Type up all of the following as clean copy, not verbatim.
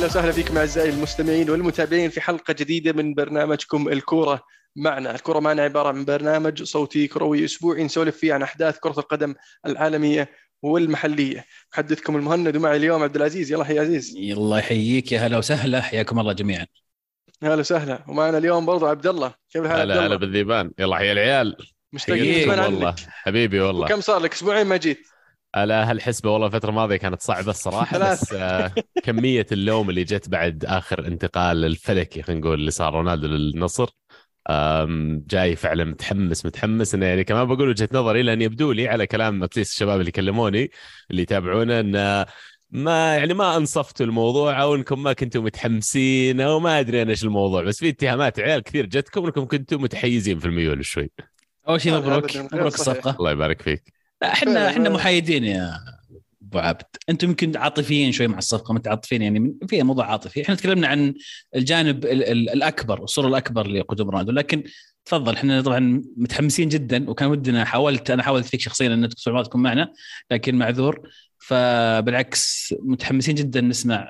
وسهلا فيكم أعزائي المستمعين والمتابعين في حلقة جديدة من برنامجكم الكورة معنا. الكورة معنا عبارة عن برنامج صوتي كروي أسبوعي نسولف فيه عن أحداث كرة القدم العالمية والمحلية. محدثكم المهند ومعي اليوم عبد العزيز. يلا يا عزيز. الله يحييك، يا هلا وسهلا، حياكم الله جميعا. هلا وسهلا. ومعنا اليوم برضو عبد الله. كيف الحال عبد هلا الله؟ بالذيبان. يلا حيا العيال. مشتاقين حييكم نسمع والله عنك. حبيبي والله. وكم صار لك أسبوعين ما جيت؟ على هالحسبة والله الفترة الماضية كانت صعبة الصراحة، بس كمية اللوم اللي جت بعد آخر انتقال الفلكي خلينا نقول اللي صار رونالدو للنصر. جاي فعلا متحمس انه يعني كمان بقول وجهة نظري، لان يبدو لي على كلام ابتيس الشباب اللي كلموني اللي يتابعونا ان ما انصفتوا الموضوع او انكم ما كنتوا متحمسين او ما ادري انا ايش الموضوع، بس في اتهامات عيال كثير جتكم انكم كنتوا متحيزين في الميول شوي. اول شيء مبروك أبداً غير مبروك صحيح. الصفقه. الله يبارك فيك. لا، احنا محايدين يا ابو عبد، انتم يمكن عاطفيين شوي مع الصفقه، متعاطفين يعني فيها موضوع عاطفي. احنا تكلمنا عن الجانب الاكبر، الصوره الاكبر لقدوم رونالدو، لكن تفضل. احنا طبعا متحمسين جدا، وكان ودنا انا حاولت فيك شخصيا ان تكون معنا، لكن معذور. فبالعكس متحمسين جدا نسمع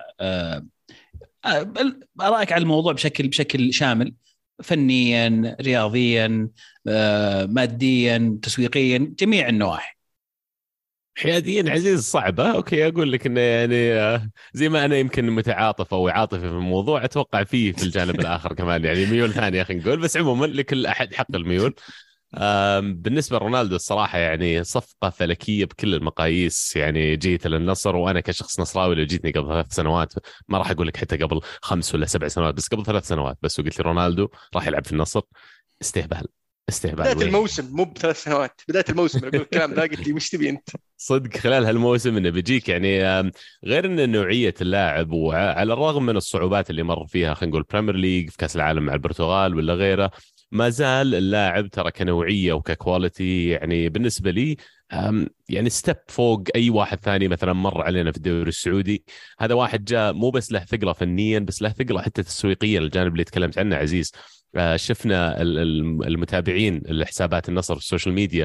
آرائك على الموضوع بشكل شامل، فنيا رياضيا ماديا تسويقيا، جميع النواحي. حياديا عزيز صعبة. اوكي اقول لك انه يعني زي ما انا يمكن متعاطف او عاطفي في الموضوع، اتوقع فيه في الجانب الاخر كمان يعني ميول ثانية خلينا نقول، بس عموما لكل احد حق الميول. بالنسبة لرونالدو الصراحة يعني صفقة فلكية بكل المقاييس. يعني جيت للنصر وانا كشخص نصراوي لو جيتني قبل 3 سنوات، ما راح اقول لك حتى قبل 5 ولا 7 سنوات، بس قبل 3 سنوات بس، وقلت لي رونالدو راح يلعب في النصر، استهبال بداية وين. الموسم مو ب3 سنوات، بداية الموسم أقول الكلام ذا، قلت لي وش تبي أنت؟ صدق خلال هالموسم انه بيجيك يعني غير ان نوعيه اللاعب، وعلى الرغم من الصعوبات اللي مر فيها خلينا نقول بريمير ليج في كاس العالم مع البرتغال ولا غيره، ما زال اللاعب ترى كنوعيه وككواليتي يعني بالنسبه لي يعني ستيب فوق اي واحد ثاني مثلا مر علينا في الدوري السعودي. هذا واحد جاء مو بس له ثقله فنيا، بس له ثقله حتى تسويقيا، الجانب اللي تكلمت عنه عزيز. شفنا المتابعين لحسابات النصر في السوشيال ميديا.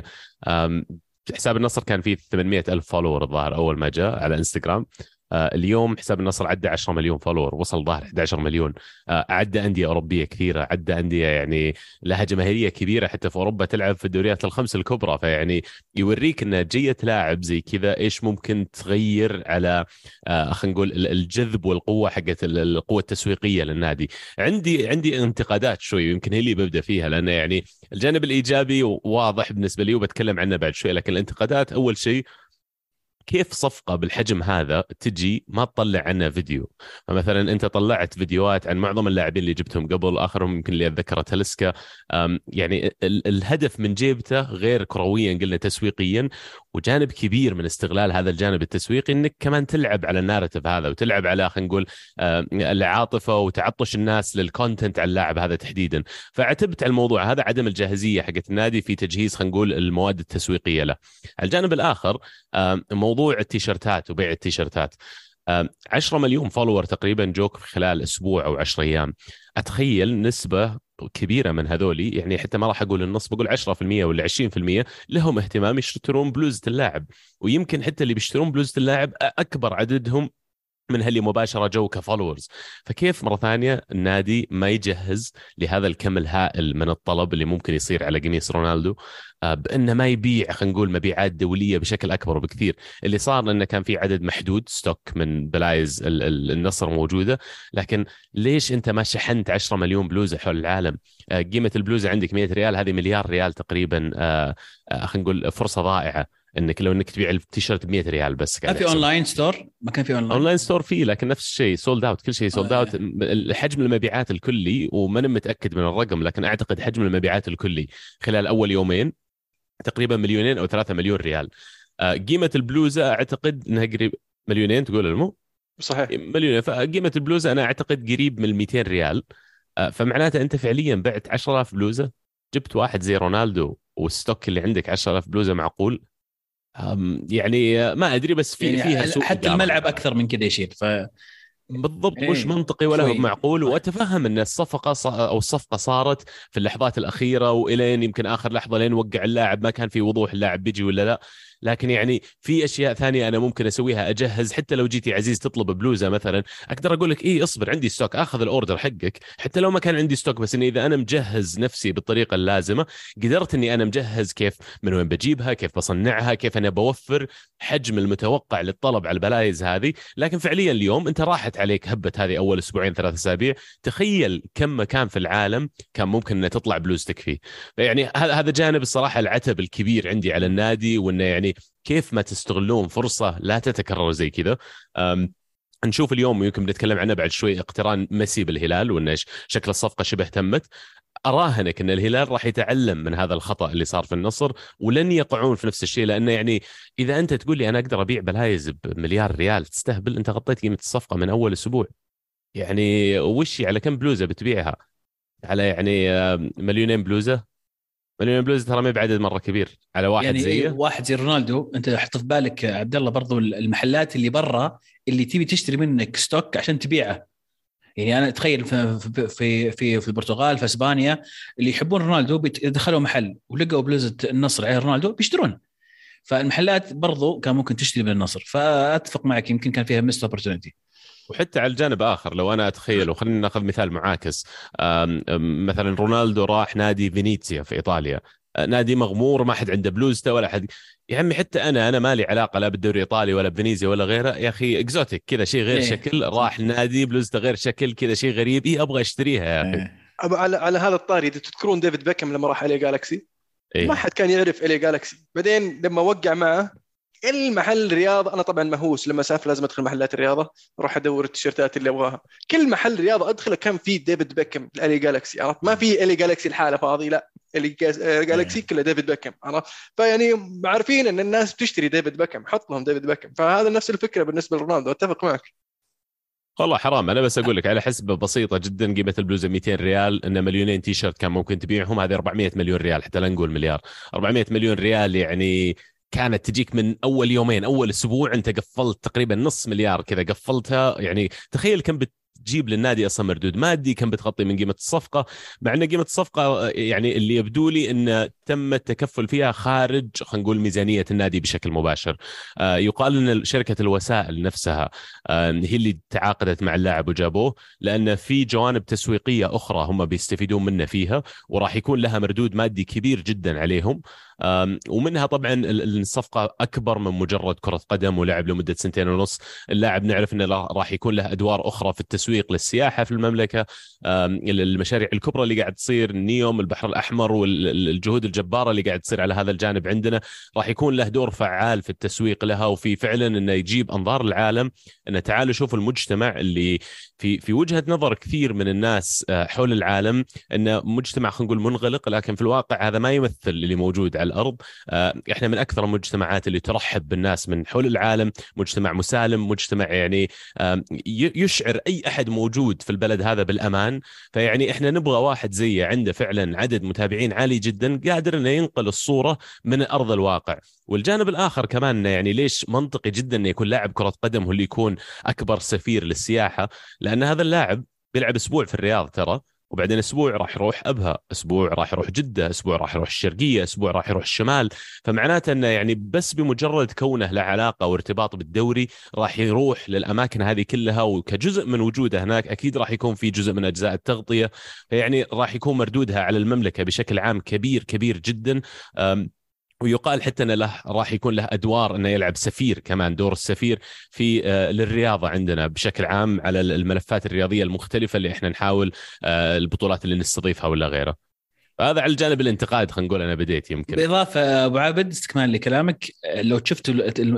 حساب النصر كان فيه 800 ألف فولور الظاهر أول ما جاء على إنستغرام. اليوم حساب النصر عدى 10 مليون فولور، وصل ظاهر 11 مليون. عدى أندية أوروبية كثيرة، عدى أندية يعني لها جماهيرية كبيرة حتى في أوروبا تلعب في الدوريات الخمس الكبرى. فيعني يوريك أن جية لاعب زي كذا إيش ممكن تغير على خلينا نقول الجذب والقوة حقت القوة التسويقية للنادي. عندي انتقادات شوي، يمكن هي اللي ببدأ فيها، لأن يعني الجانب الإيجابي واضح بالنسبة لي وبتكلم عنه بعد شوي، لكن الانتقادات أول شيء كيف صفقة بالحجم هذا تجي ما تطلع عنها فيديو؟ فمثلا أنت طلعت فيديوهات عن معظم اللاعبين اللي جبتهم قبل، آخرهم يمكن اللي أتذكره تاليسكا. يعني الهدف من جيبته غير كرويا قلنا تسويقيا، وجانب كبير من استغلال هذا الجانب التسويقي انك كمان تلعب على الناريتيف هذا، وتلعب على خلينا نقول العاطفه وتعطش الناس للكونتنت على اللاعب هذا تحديدا. فاعتبت على الموضوع هذا عدم الجاهزيه حقت النادي في تجهيز خلينا نقول المواد التسويقيه له. على الجانب الاخر موضوع التيشيرتات وبيع التيشيرتات. 10 مليون فولور تقريبا جوك في خلال اسبوع او 10 ايام. اتخيل نسبه كبيره من هذولي، يعني حتى ما راح اقول النص، بقول 10% ولا 20% لهم اهتمام يشترون بلوزة اللاعب، ويمكن حتى اللي بيشترون بلوزة اللاعب اكبر عددهم من اللي مباشرة جو كفولورز. فكيف مرة ثانية النادي ما يجهز لهذا الكم الهائل من الطلب اللي ممكن يصير على قميص رونالدو، بأنه ما يبيع خلينا نقول مبيعات دولية بشكل أكبر بكثير. اللي صار أنه كان في عدد محدود ستوك من بلايز النصر موجودة، لكن ليش أنت ما شحنت 10 مليون بلوزة حول العالم؟ قيمة البلوزة عندك 100 ريال، هذه مليار ريال تقريبا. خلينا نقول فرصة ضائعة انك لو انك تبيع التيشيرت ب 100 ريال بس. كان في اونلاين ستور؟ ما كان في اونلاين ستور فيه، لكن نفس الشيء سولد اوت، كل شيء سولد اوت. حجم المبيعات الكلي وما انا متاكد من الرقم، لكن اعتقد حجم المبيعات الكلي خلال اول يومين تقريبا 2 او 3 مليون ريال. قيمه البلوزه اعتقد انها قريب 2 تقول المو صحيح 2 فقيمه البلوزه انا اعتقد قريب من 200 ريال. فمعناته انت فعليا بعت 10,000 بلوزه، جبت واحد زي رونالدو والستوك اللي عندك 10,000 بلوزه معقول. يعني ما ادري، بس يعني فيها سوء حتى الملعب اكثر من كذا يشيل. بالضبط إيه مش منطقي ولا هو شوي. معقول. واتفهم ان الصفقه صارت في اللحظات الاخيره والين يمكن اخر لحظه لين وقع اللاعب، ما كان في وضوح اللاعب بيجي ولا لا. لكن يعني في اشياء ثانيه انا ممكن اسويها، اجهز. حتى لو جيتي عزيز تطلب بلوزه مثلا، اقدر اقول لك ايه اصبر عندي ستوك، اخذ الاوردر حقك حتى لو ما كان عندي ستوك، بس اني اذا انا مجهز نفسي بالطريقه اللازمه، قدرت اني انا مجهز كيف، من وين بجيبها، كيف بصنعها، كيف انا بوفر حجم المتوقع للطلب على البلايز هذه. لكن فعليا اليوم انت راحت عليك هبه هذه اول اسبوعين 3 اسابيع، تخيل كم مكان في العالم كان ممكن ان تطلع بلوزتك فيه. يعني هذا جانب الصراحه العتب الكبير عندي على النادي، وانه يعني كيف ما تستغلون فرصه لا تتكرر زي كذا. نشوف اليوم يمكن بنتكلم عنه بعد شوي، اقتران ميسي بالهلال، وان شكل الصفقه شبه تمت. اراهنك ان الهلال راح يتعلم من هذا الخطا اللي صار في النصر، ولن يقعون في نفس الشيء. لانه يعني اذا انت تقول لي انا اقدر ابيع بلايز بمليار ريال، تستهبل. انت غطيت قيمه الصفقه من اول اسبوع. يعني وشي على كم بلوزه بتبيعها؟ على يعني مليونين بلوزه. مليونين بلوزه ترى ما بعدد مره كبير على واحد يعني زيه. واحد زي رونالدو، انت حط في بالك عبد الله برضو المحلات اللي برا اللي تبي تشتري منك ستوك عشان تبيعه. يعني انا اتخيل في البرتغال، في اسبانيا، اللي يحبون رونالدو دخلوا محل ولقوا بلوزه النصر عليه رونالدو بيشترون. فالمحلات برضو كان ممكن تشتري من النصر. فاتفق معك، يمكن كان فيها ميست اوبورتونيتي. وحتى على الجانب آخر لو أنا أتخيل، وخلينا نأخذ مثال معاكس، مثلا رونالدو راح نادي فينيسيا في إيطاليا، نادي مغمور ما حد عنده بلوزته ولا حد. يا عمي حتى أنا ما لي علاقة لا بالدوري الإيطالي ولا بفينيسيا ولا غيره، يا أخي إكزوتيك كذا شيء غير إيه. شكل، راح نادي بلوزته غير شكل كذا شيء غريب، إيه أبغى أشتريها يا أخي. إيه. على هذا الطاري، إذا تذكرون ديفيد بيكم لما راح عليه جالكسي، ما إيه. حد كان يعرف إليه جالكسي. بعدين لما وقع معه المحل رياضة، أنا طبعا مهووس لما أسافر لازم أدخل محلات الرياضة، أروح أدور التيشيرتات اللي أبغاها. كل محل رياضة أدخله كان فيه ديفيد بيكم الي جالكسي، عرفت؟ ما في الي جالكسي الحالة فاضي، لا، الي جالكسي كله ديفيد بيكم، عرفت؟ فيعني عارفين أن الناس بتشتري ديفيد بيكم، حط لهم ديفيد بيكم. فهذا نفس الفكرة بالنسبة لرونالدو، أتفق معك. والله حرام. انا بس اقول لك على حسبه بسيطه جدا، قيمه البلوزه 200 ريال، ان مليونين تي شيرت كان ممكن تبيعهم، هذه 400 مليون ريال، حتى لا نقول مليار. 400 مليون ريال يعني كانت تجيك من اول يومين، اول اسبوع انت قفلت تقريبا نص مليار كذا قفلتها. يعني تخيل كم بتجيب للنادي اصلا مردود مادي، كم بتغطي من قيمه الصفقه. مع ان قيمه الصفقه يعني اللي يبدو لي ان تم التكفل فيها خارج خلينا نقول ميزانيه النادي بشكل مباشر. يقال ان شركه الوسائل نفسها هي اللي تعاقدت مع اللاعب وجابوه، لان في جوانب تسويقيه اخرى هم بيستفيدون منها فيها، وراح يكون لها مردود مادي كبير جدا عليهم. ومنها طبعا الصفقه اكبر من مجرد كره قدم ولعب لمده 2.5 سنين. اللاعب نعرف انه راح يكون له ادوار اخرى في التسويق للسياحه في المملكه، المشاريع الكبرى اللي قاعد تصير، النيوم، البحر الاحمر، والجهود الجباره اللي قاعد تصير على هذا الجانب عندنا، راح يكون له دور فعال في التسويق لها، وفي فعلا انه يجيب انظار العالم انه تعالوا شوفوا المجتمع اللي في وجهه نظر كثير من الناس حول العالم انه مجتمع خلينا نقول منغلق، لكن في الواقع هذا ما يمثل اللي موجود على الارض. احنا من اكثر المجتمعات اللي ترحب بالناس من حول العالم، مجتمع مسالم، مجتمع يعني يشعر اي احد موجود في البلد هذا بالامان. فيعني احنا نبغى واحد زي عنده فعلا عدد متابعين عالي جدا، قادر انه ينقل الصوره من ارض الواقع. والجانب الاخر كمان يعني ليش منطقي جدا انه يكون لاعب كره قدم هو اللي يكون اكبر سفير للسياحه، لان هذا اللاعب بيلعب اسبوع في الرياض ترى، وبعدين اسبوع راح يروح ابها، اسبوع راح يروح جده، اسبوع راح يروح الشرقيه، اسبوع راح يروح الشمال. فمعناته انه يعني بس بمجرد كونه له علاقه وارتباط بالدوري راح يروح للاماكن هذه كلها، وكجزء من وجوده هناك اكيد راح يكون في جزء من اجزاء التغطيه. فيعني راح يكون مردودها على المملكه بشكل عام كبير كبير جدا. ويقال حتى انه له راح يكون له ادوار انه يلعب سفير كمان، دور السفير في للرياضه عندنا بشكل عام على الملفات الرياضيه المختلفه اللي احنا نحاول البطولات اللي نستضيفها ولا غيره. هذا على الجانب الانتقاد خلينا نقول انا بديت يمكن. بالاضافه ابو عابد، استكمال لكلامك، لو شفت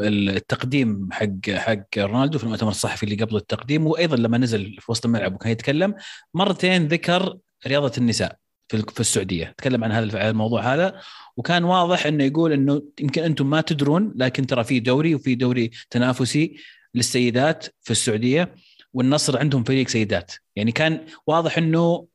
التقديم حق رونالدو في المؤتمر الصحفي اللي قبل التقديم، وايضا لما نزل في وسط الملعب وكان يتكلم مرتين، ذكر رياضه النساء في السعوديه، تكلم عن هذا الموضوع هذا. وكان واضح انه يقول انه يمكن انتم ما تدرون، لكن ترى في دوري، وفي دوري تنافسي للسيدات في السعوديه، والنصر عندهم فريق سيدات. يعني كان واضح انه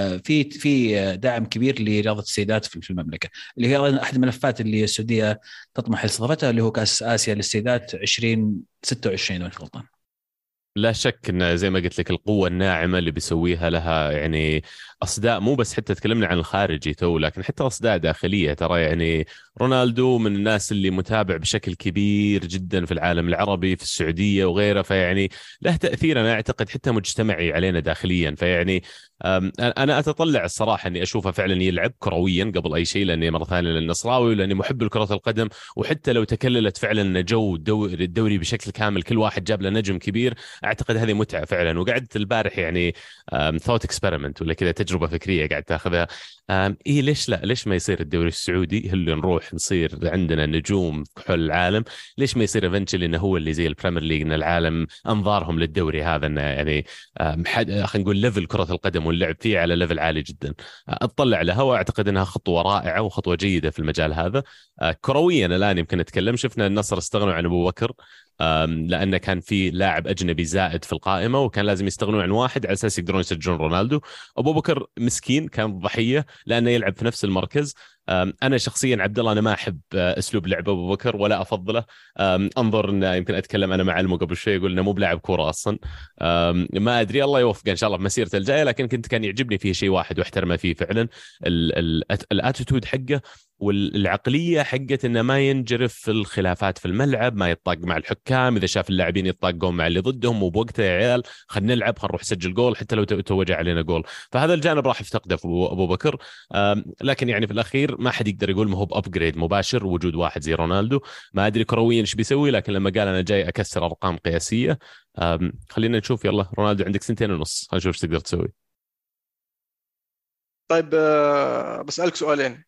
في دعم كبير لرياضه السيدات في المملكه، اللي هي احد الملفات اللي السعوديه تطمح لاستضافتها، اللي هو كاس اسيا للسيدات 2026 لو غلطان. لا شك ان زي ما قلت لك القوه الناعمه اللي بيسويها لها يعني اصداء، مو بس حتى تكلمنا عن الخارجي تو، لكن حتى اصداء داخليه. ترى يعني رونالدو من الناس اللي متابع بشكل كبير جدا في العالم العربي، في السعوديه وغيره، فيعني له تاثير انا اعتقد حتى مجتمعي علينا داخليا. فيعني انا اتطلع الصراحه اني اشوفه فعلا يلعب كرويا قبل اي شيء، لاني مره ثانيه للنصراوي ولاني محب لكره القدم. وحتى لو تكللت فعلا جو الدوري بشكل كامل، كل واحد جاب له نجم كبير، اعتقد هذه متعه فعلا. وقعدت البارح يعني ثوت اكسبيرمنت ولا كذا، تجربه فكريه قاعد تاخذها. ايه ليش لا؟ ليش ما يصير الدوري السعودي اللي نروح نصير عندنا نجوم في كل العالم؟ ليش ما يصير ايفنتشلي انه هو اللي زي البريمير ليج، ان العالم انظارهم للدوري هذا، انه يعني خلينا نقول ليفل كره القدم واللعب فيه على ليفل عالي جدا. اطلع لها واعتقد انها خطوه رائعه وخطوه جيده في المجال هذا. كرويا الان يمكن نتكلم، شفنا النصر استغنوا عن ابو بكر لأنه كان في لاعب أجنبي زائد في القائمة، وكان لازم يستغنون عن واحد على أساس يقدرون يسجلون رونالدو. أبو بكر مسكين كان ضحية لأنه يلعب في نفس المركز. أنا شخصيا عبد الله أنا ما أحب أسلوب لعب أبو بكر ولا أفضله. أنظر إن يمكن أتكلم أنا مع علمه قبل شوي يقول إنه مو بلاعب كورة أصلا. ما أدري، الله يوفقه إن شاء الله في مسيرته الجاية، لكن كان يعجبني فيه شيء واحد واحترمه فيه فعلا، الاتيتود حقه والعقليه حقت انه ما ينجرف في الخلافات في الملعب، ما يطاق مع الحكام، اذا شاف اللاعبين يطاقون مع اللي ضدهم وبوقته يا عيال خلينا نلعب، خلينا نروح نسجل جول حتى لو توجع علينا جول. فهذا الجانب راح يفتقده في ابو بكر. لكن يعني في الاخير ما حد يقدر يقول ما هو بابجريد مباشر وجود واحد زي رونالدو. ما ادري كرويا ايش بيسوي، لكن لما قال انا جاي اكسر ارقام قياسيه، خلينا نشوف. يلا رونالدو عندك 2.5 سنين، نشوف ايش تقدر تسوي. طيب بسألك سؤالين.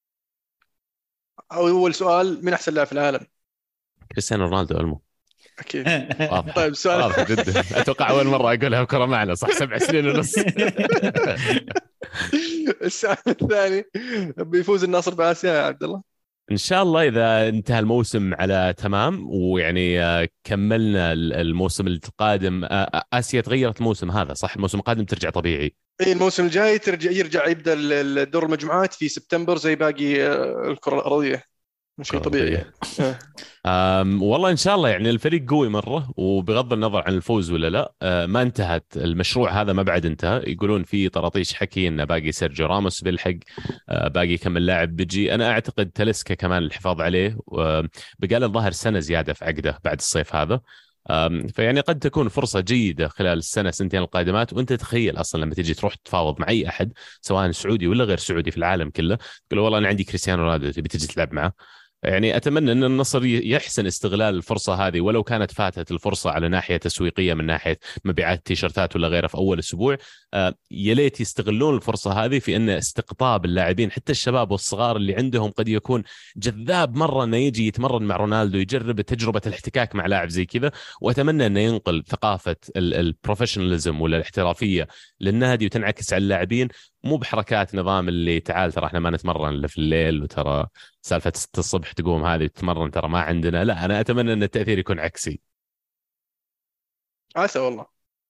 أول سؤال، مين أحسن لاعب في العالم؟ كريستيانو رونالدو المو. أكيد. واضح. طيب سؤال واضح جدا. اتوقع اول مره اقولها بكره معنا، صح؟ 7 سنين ونص. السؤال الثاني، بيفوز النصر بآسيا يا عبد الله؟ ان شاء الله اذا انتهى الموسم على تمام، ويعني كملنا الموسم القادم. اسيا تغيرت الموسم هذا صح؟ الموسم القادم ترجع طبيعي. اي الموسم الجاي يرجع يبدا الدور المجموعات في سبتمبر زي باقي الكره الارضيه، شيء طبيعي يعني. والله ان شاء الله يعني الفريق قوي مره، وبغض النظر عن الفوز ولا لا، ما انتهت المشروع هذا، ما بعد انتهى. يقولون في طراطيش حكي انه باقي سيرجيو راموس بالحق، باقي كم اللاعب بيجي. انا اعتقد تاليسكا كمان الحفاظ عليه، بقى له الظاهر سنه زياده في عقده بعد الصيف هذا. فيعني قد تكون فرصة جيدة خلال السنة سنتين القادمات. وانت تخيل اصلا لما تجي تروح تتفاوض مع اي احد سواء سعودي ولا غير سعودي في العالم كله، تقول والله انا عندي كريستيانو رونالدو تبي تجي تلعب معه. يعني اتمنى ان النصر يحسن استغلال الفرصه هذه، ولو كانت فاتت الفرصه على ناحيه تسويقيه من ناحيه مبيعات تيشرتات ولا غيره في اول اسبوع. يا ليت يستغلون الفرصه هذه في ان استقطاب اللاعبين حتى الشباب والصغار اللي عندهم قد يكون جذاب مره انه يجي يتمرن مع رونالدو، يجرب تجربه الاحتكاك مع لاعب زي كذا. واتمنى انه ينقل ثقافه البروفيشناليزم ولا الاحترافيه للنادي وتنعكس على اللاعبين، مو بحركات نظام اللي تعال ترى احنا ما نتمرن الا في الليل، وترى سالفه 6 الصبح تقوم هذه تتمرن ترى ما عندنا. لا انا اتمنى ان التاثير يكون عكسي. عسى والله.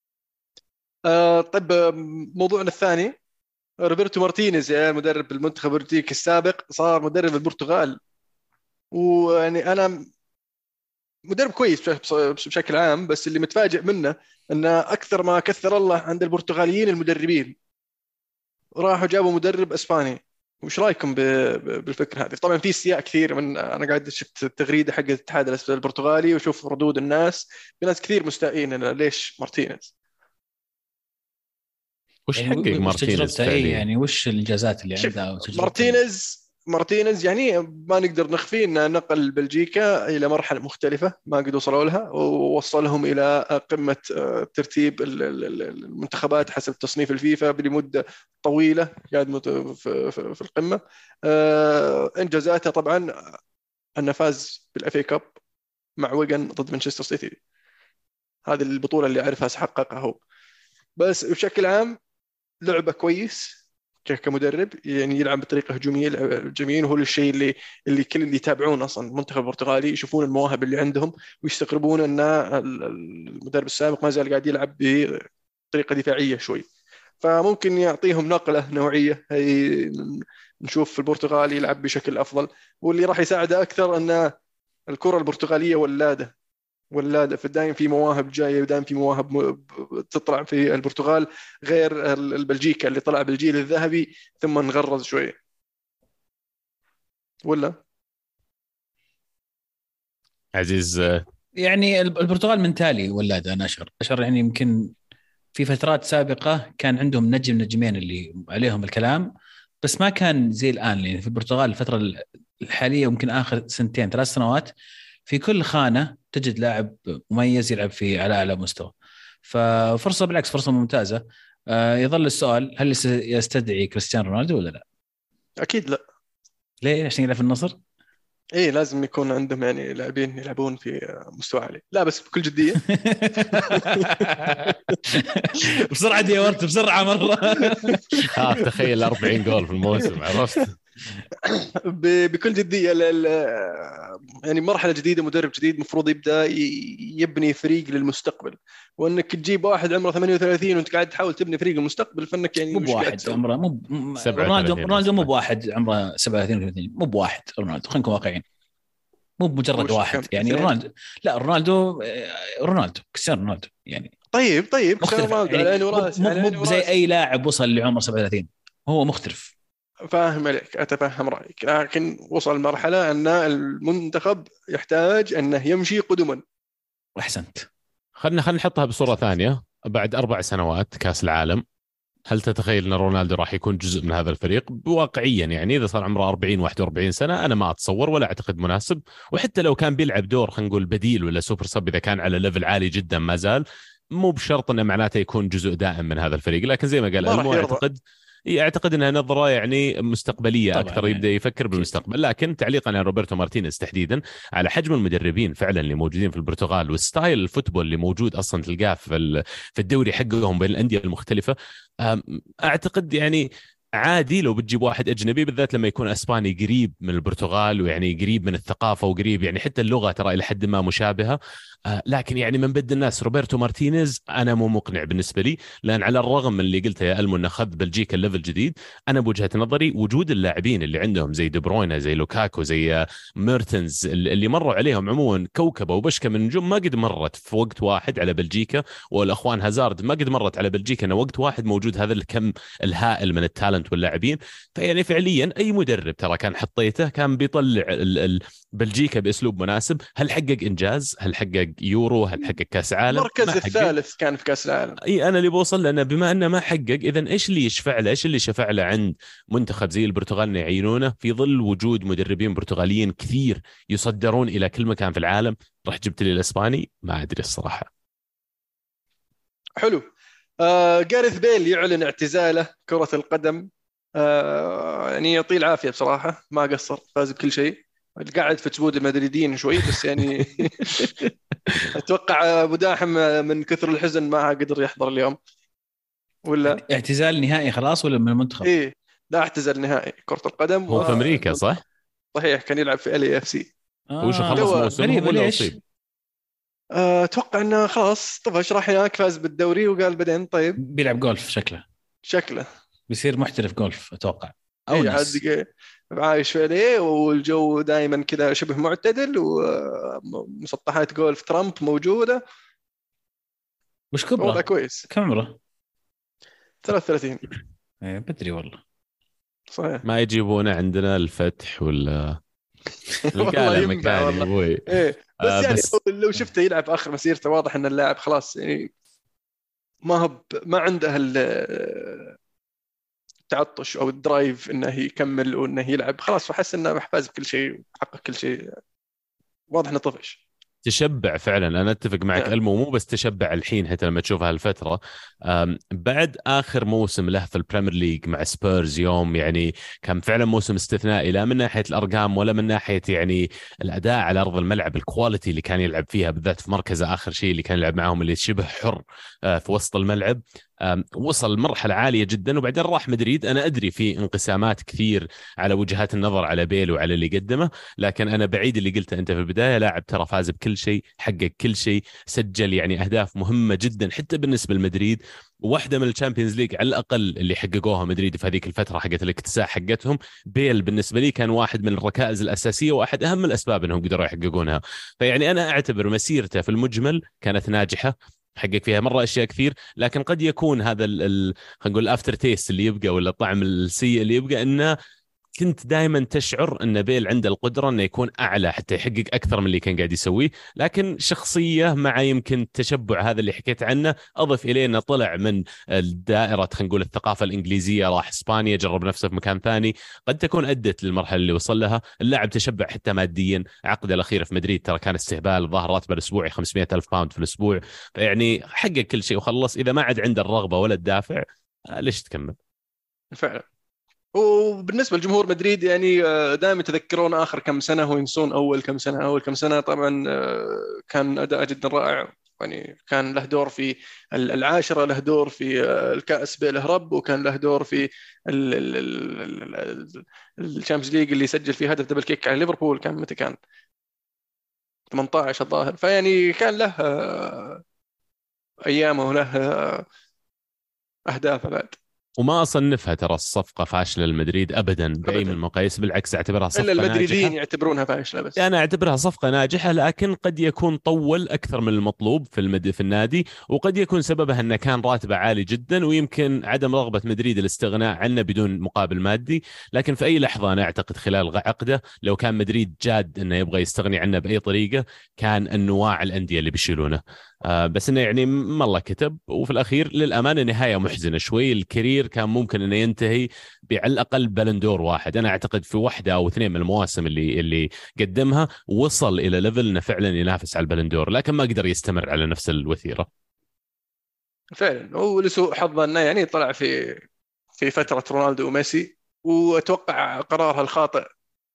طيب موضوعنا الثاني، روبرتو مارتينيز يا مدرب المنتخب البرتغالي السابق صار مدرب البرتغال. ويعني انا مدرب كويس بشكل عام، بس اللي متفاجئ منه ان اكثر ما كثر الله عند البرتغاليين المدربين، راحوا جابوا مدرب اسباني. وش رايكم بالفكره هذه؟ طبعا في استياء كثير، من انا قاعد شفت التغريده حق الاتحاد البرتغالي وشوف ردود الناس، في ناس كثير مستائين ليش مارتينيز. وش يعني حقق وش مارتينيز تجربته فعليا؟ يعني وش الانجازات اللي عنده مارتينيز يعني ما نقدر نخفي انه نقل بلجيكا الى مرحله مختلفه ما قد وصلوا لها، ووصلهم الى قمه ترتيب المنتخبات حسب تصنيف الفيفا لمده طويله، قاعد في القمه. انجازاته طبعا انه فاز بالافي كاب مع ويغن ضد مانشستر سيتي، هذه البطوله اللي اعرفها حققها هو. بس بشكل عام لعبه كويس كمدرب، يعني يلعب بطريقه هجوميه جميل، وهو الشيء اللي كل اللي يتابعون اصلا المنتخب البرتغالي يشوفون المواهب اللي عندهم، ويستغربون ان المدرب السابق ما زال قاعد يلعب بطريقه دفاعيه شوي. فممكن يعطيهم نقله نوعيه، هي نشوف في البرتغال يلعب بشكل افضل. واللي راح يساعده اكثر ان الكره البرتغاليه ولاده، ولا دائما في مواهب جايه ودائما في مواهب تطلع في البرتغال غير البلجيكا اللي طلع بالجيل الذهبي ثم انغرز شويه؟ ولا عزيز يعني البرتغال من تالي ولاد، انا اشعر يعني يمكن في فترات سابقه كان عندهم نجمين اللي عليهم الكلام، بس ما كان زي الان. يعني في البرتغال الفتره الحاليه ممكن اخر 2-3 سنوات في كل خانه تجد لاعب مميز يلعب في على اعلى مستوى، ففرصه بالعكس فرصه ممتازه. يظل السؤال هل يستدعي كريستيانو رونالدو ولا لا؟ اكيد لا. ليه؟ عشان يلعب في النصر؟ ايه لازم يكون عندهم يعني لاعبين يلعبون في مستوى عالي. لا بس بكل جديه بسرعه ديورت بسرعه مره. تخيل 40 جول في الموسم، عرفت؟ بكل جديه يعني مرحله جديده، مدرب جديد مفروض يبدا يبني فريق للمستقبل، وانك تجيب واحد عمره 38 وانت قاعد تحاول تبني فريق للمستقبل، فانك يعني مو بواحد عمره رونالدو مو بواحد عمره 37 مو بواحد رونالدو، خلينا نكون واقعيين، مو بمجرد واحد يعني رونالدو. لا رونالدو كريستيانو رونالدو يعني طيب مختلف يعني مو زي اي لاعب وصل لعمر 37، هو مختلف. فاهم عليك، اتفهم رايك، لكن وصل مرحله ان المنتخب يحتاج انه يمشي قدما. احسنت. خلينا نحطها بصوره ثانيه. بعد 4 سنوات كاس العالم، هل تتخيل ان رونالدو راح يكون جزء من هذا الفريق واقعيا؟ يعني اذا صار عمره 40 41 سنه انا ما اتصور ولا اعتقد مناسب. وحتى لو كان بيلعب دور خلينا نقول بديل ولا سوبر سب، اذا كان على ليفل عالي جدا ما زال مو بشرط انه معناته يكون جزء دائم من هذا الفريق. لكن زي ما قال المو، اعتقد انها نظره يعني مستقبليه اكثر، يبدا يفكر بالمستقبل. لكن تعليقا على روبرتو مارتينيز تحديدا على حجم المدربين فعلا اللي موجودين في البرتغال والستايل الفوتبول اللي موجود اصلا تلقاه في الدوري حقهم بين الانديه المختلفه، اعتقد يعني عادي لو بتجيب واحد اجنبي، بالذات لما يكون اسباني قريب من البرتغال ويعني قريب من الثقافه وقريب يعني حتى اللغه ترى الى حد ما مشابهه. لكن يعني من بد الناس روبرتو مارتينيز انا مو مقنع بالنسبه لي، لان على الرغم من اللي قلته يا المو انه اخذ بلجيكا الليفل جديد، انا بوجهه نظري وجود اللاعبين اللي عندهم زي دي بروينا زي لوكاكو زي ميرتنز اللي مروا عليهم عموما كوكبه وبشكه من النجوم، ما قد مرت في وقت واحد على بلجيكا، والاخوان هازارد ما قد مرت على بلجيكا انه وقت واحد موجود هذا الكم الهائل من التالنت واللاعبين. فيعني فعليا اي مدرب ترى كان حطيته كان بيطلع بلجيكا باسلوب مناسب. هل حقق انجاز؟ هل حقق يورو؟ هل حقق كاس عالم؟ المركز الثالث كان في كاس العالم. اي انا اللي بوصل، لانه بما انه ما حقق اذا ايش اللي يشفع له؟ ايش اللي شفع له عند منتخب زي البرتغال انه يعينونه في ظل وجود مدربين برتغاليين كثير يصدرون الى كل مكان في العالم؟ راح جبت لي الاسباني؟ ما ادري الصراحه. حلو. جاريث بيل يعلن اعتزاله كرة القدم. يعني يعطيه العافية بصراحة، ما قصر، فاز بكل شيء. قاعد في تبود المدريدين شوي بس يعني اتوقع ابو داحم من كثر الحزن ما قدر يحضر اليوم. ولا اعتزال نهائي خلاص ولا من المنتخب؟ ايه لا اعتزل نهائي كرة القدم. هو في امريكا صح؟ صحيح، كان يلعب في LAFC. وش خلص موسمه ولا اصيب؟ اتوقع انه خلاص طفش، راح هناك فاز بالدوري وقال بعدين طيب بيلعب جولف شكله بيصير محترف جولف اتوقع، او إيه عايش في ليه، والجو دائما كذا شبه معتدل، ومسطحات جولف ترامب موجوده. وش كبره؟ والله كويس. كم عمره؟ 33. ايه بدري والله. صحيح. ما يجيبونه عندنا الفتح ولا والله مكان يا ابوي. ايه بس يعني بس لو شفته يلعب اخر مسيرته واضح ان اللاعب خلاص يعني ما عنده التعطش او الدرايف انه يكمل وانه يلعب خلاص، وحس انه فاز بكل شيء وحقق كل شيء، واضح انه طفش. تشبع فعلا، انا اتفق معك المو، مو بس تشبع الحين حتى لما تشوف هالفتره بعد اخر موسم له في البريمير ليج مع سبيرز يوم، يعني كان فعلا موسم استثنائي، لا من ناحيه الارقام ولا من ناحيه يعني الاداء على ارض الملعب، الكواليتي اللي كان يلعب فيها بالذات في مركزه اخر شيء اللي كان يلعب معهم اللي شبه حر في وسط الملعب. وصل مرحلة عالية جدا وبعدين راح مدريد. أنا أدري في انقسامات كثير على وجهات النظر على بيل وعلى اللي قدمه، لكن أنا بعيد اللي قلته أنت في البداية، لاعب ترى فاز بكل شيء، حقق كل شيء، سجل يعني أهداف مهمة جدا حتى بالنسبة لمدريد، واحده من الشامبيونز ليج على الاقل اللي حققوها مدريد في هذيك الفتره حقت الاكتساح حقتهم. بيل بالنسبه لي كان واحد من الركائز الاساسيه واحد اهم الاسباب انهم قدروا يحققونها. فيعني انا اعتبر مسيرته في المجمل كانت ناجحه، حقق فيها مره اشياء كثير، لكن قد يكون هذا خلينا نقول الافتر تيست اللي يبقى ولا الطعم السيء اللي يبقى انه كنت دائما تشعر ان بيل عنده القدره انه يكون اعلى حتى يحقق اكثر من اللي كان قاعد يسويه، لكن شخصيه مع يمكن التشبع هذا اللي حكيت عنه، اضف اليه انه طلع من الدائره خلينا نقول الثقافه الانجليزيه، راح اسبانيا جرب نفسه في مكان ثاني، قد تكون ادت للمرحله اللي وصل لها. اللاعب تشبع حتى ماديا، عقده الاخير في مدريد ترى كان استهبال، ظهر راتبه الاسبوعي 500,000 باوند في الاسبوع، فيعني حقق كل شيء وخلص. اذا ما عاد عنده الرغبه ولا الدافع ليش تكمل؟ فعلا. وبالنسبه لجمهور مدريد يعني دائما يتذكرون اخر كم سنه وينسون اول كم سنه. اول كم سنه طبعا كان اداء جدا رائع، يعني كان له دور في العاشره، له دور في الكاس بيله رب، وكان له دور في الشامبيونز ليج اللي سجل فيه هدف دبل كيك على ليفربول، كان متى كان 18 الظاهر. فيعني كان له ايامه وله اهدافه بعد. وما أصنفها ترى الصفقة فاشلة للمدريد أبدا بأي من المقاييس، بالعكس أعتبرها صفقة إلا المدريدين ناجحة. يعتبرونها فاشلة، بس أنا أعتبرها صفقة ناجحة، لكن قد يكون طول أكثر من المطلوب في النادي، وقد يكون سببها أنه كان راتبه عالي جدا، ويمكن عدم رغبة مدريد الاستغناء عنه بدون مقابل مادي. لكن في أي لحظة أنا أعتقد خلال عقده لو كان مدريد جاد أنه يبغى يستغني عنه بأي طريقة، كان أنواع الأندية اللي بيشيلونه. بس انه يعني ما الله كتب، وفي الاخير للامانه نهايه محزنه شوي. الكارير كان ممكن انه ينتهي على الاقل بلندور واحد. انا اعتقد في واحده او اثنين من المواسم اللي قدمها وصل الى ليفل انه فعلا ينافس على البلندور، لكن ما قدر يستمر على نفس الوتيره. فعلا. ولسوء حظه انه يعني طلع في فتره رونالدو وميسي، واتوقع قرارها الخاطئ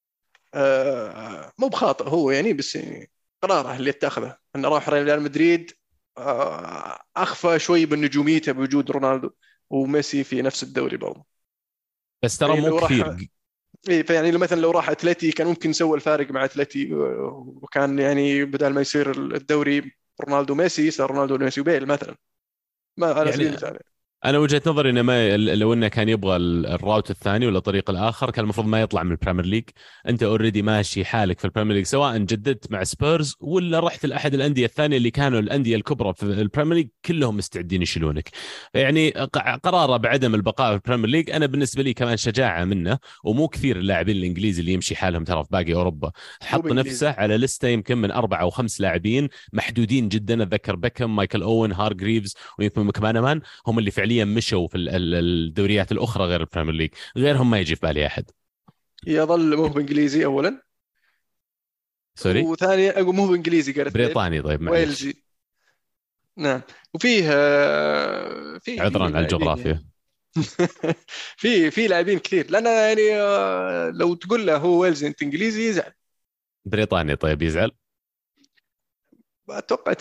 مو بخاطئ هو يعني، بس يعني قراره اللي اتخذه انه راح ريال مدريد اخفى شوي بالنجوميته بوجود رونالدو وميسي في نفس الدوري برضه. بس ترى مو كثير. ايه، فيعني مثلا لو راح اتلتي كان ممكن سوى الفارق مع اتلتي، وكان يعني بدل ما يصير الدوري رونالدو ميسي صار رونالدو ميسي وبيل مثلا، ما على سبيل المثال. انا وجهة نظري انه ما لو انه كان يبغى الراوت الثاني ولا الطريق الاخر كان المفروض ما يطلع من البريمير ليج. انت اوريدي ماشي حالك في البريمير ليج، سواء جددت مع سبيرز ولا رحت لاحد الانديه الثانيه اللي كانوا الانديه الكبرى في البريمير ليج كلهم مستعدين يشيلونك. يعني قراره بعدم البقاء في البريمير ليج انا بالنسبه لي كمان شجاعه منه، ومو كثير اللاعبين الانجليزي اللي يمشي حالهم ترى في باقي اوروبا. حط نفسه على لسته يمكن من 4 أو 5 لاعبين محدودين جدا، اتذكر بيكم، مايكل اوين، هارغريفز، ويمكن مكمانمان، هم اللي فعليا مشوا في الدوريات الاخرى غير البريمير ليج. غيرهم ما يجي في بالي احد. يظل مو بانجليزي اولا، سوري، وثانيا اقول مو بانجليزي، قالت بريطاني. طيب معلش، ويلزي. نعم. وفيه في عذرا على الجغرافيا يعني. في لاعبين كثير، لان يعني لو تقول له هو ويلزي انت انجليزي يزعل. بريطاني طيب يزعل؟ اتوقع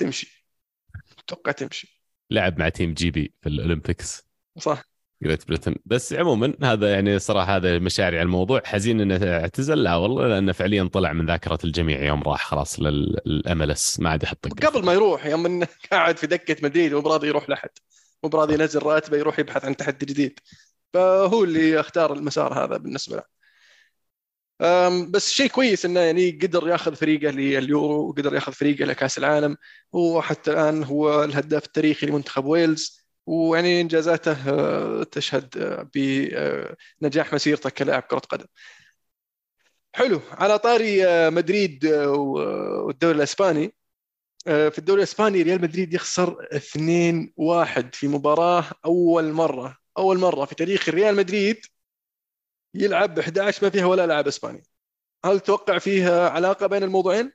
تمشي. لعب مع تيم جي بي في الأولمبيكس، صح. جريت بريتن. بس عموما هذا يعني صراحة هذا مشاعري على الموضوع. حزين انه اعتزل، لا والله، لانه فعليا طلع من ذاكرة الجميع يوم راح خلاص للام ال اس، ما عاد يحط قبل ما يروح يوم انه قاعد في دكة مدريد مو براضي يروح لحد، مو براضي ينزل راتبه يروح يبحث عن تحدي جديد، فهو اللي اختار المسار هذا بالنسبة له. بس شيء كويس انه يعني قدر ياخذ فريقه لليورو، وقدر ياخذ فريقه لكاس العالم، وحتى الان هو الهداف التاريخي لمنتخب ويلز، ويعني انجازاته تشهد بنجاح مسيرته كلاعب كرة قدم. حلو. على طاري مدريد والدوري الاسباني، في الدوري الاسباني ريال مدريد يخسر 2-1 في مباراة اول مرة في تاريخ ريال مدريد يلعب 11 ما فيها ولا لاعب اسباني. هل تتوقع فيها علاقة بين الموضوعين؟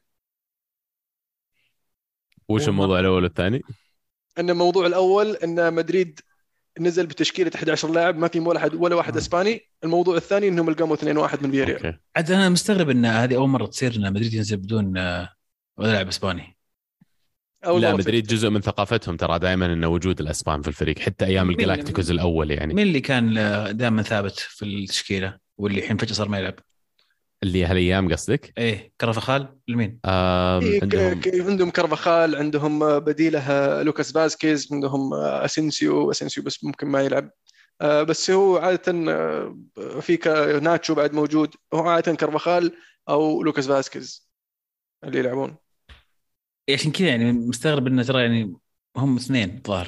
وش الموضوع الاول والثاني؟ ان الموضوع الاول ان مدريد نزل بتشكيله 11 لاعب ما في ولا واحد اسباني. الموضوع الثاني انهم القاموا 2-1 من فياريال. عاد انا مستغرب ان هذه اول مره تصير ان مدريد ينزل بدون ولا لاعب اسباني. لا، مدريد جزء من ثقافتهم ترى دائما ان وجود الاسبان في الفريق، حتى ايام الجلاكتيكوز الاول. يعني مين اللي كان دائما ثابت في التشكيله واللي الحين فجاه صار ما يلعب؟ اللي هالايام قصدك؟ ايه كرفخال لمين؟ عندهم عندهم كارفاخال، عندهم بديله لوكاس فاسكيز، عندهم اسينسيو بس ممكن ما يلعب. بس هو عادة في ناتشو بعد موجود، هو عادة كارفاخال أو لوكاس فاسكيز اللي يلعبون. عشان كذا يعني مستغرب انه ترى يعني هم اثنين ظاهر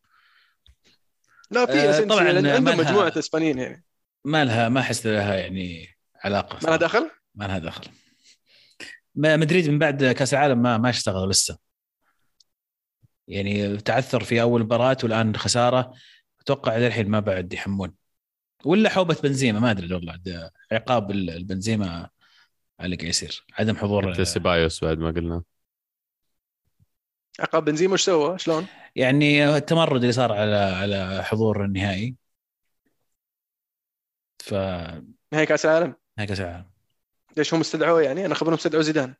لا، في اسينسيو طبعا لأن ما عندهم مجموعة لها اسبانيين يعني. ما احس لها يعني علاقه ما لها صراحه. دخل. ما لها دخل. مدريد من بعد كاس العالم ما اشتغلوا لسه، يعني تعثر في اول مباراه والان خساره. اتوقع للحين ما بعد يحمون، ولا حوبه بنزيما ما ادري والله. عقاب البنزيما اللي قاعد يصير عدم حضور. حتى سيبايوس بعد ما قلنا. عقاب بنزيما وش سوى شلون؟ يعني التمرد اللي صار على حضور النهائي. ف نهائي كأس العالم. نهائي كاس العالم. ليش هم استدعوه يعني؟ أنا خبرهم استدعوا زيدان.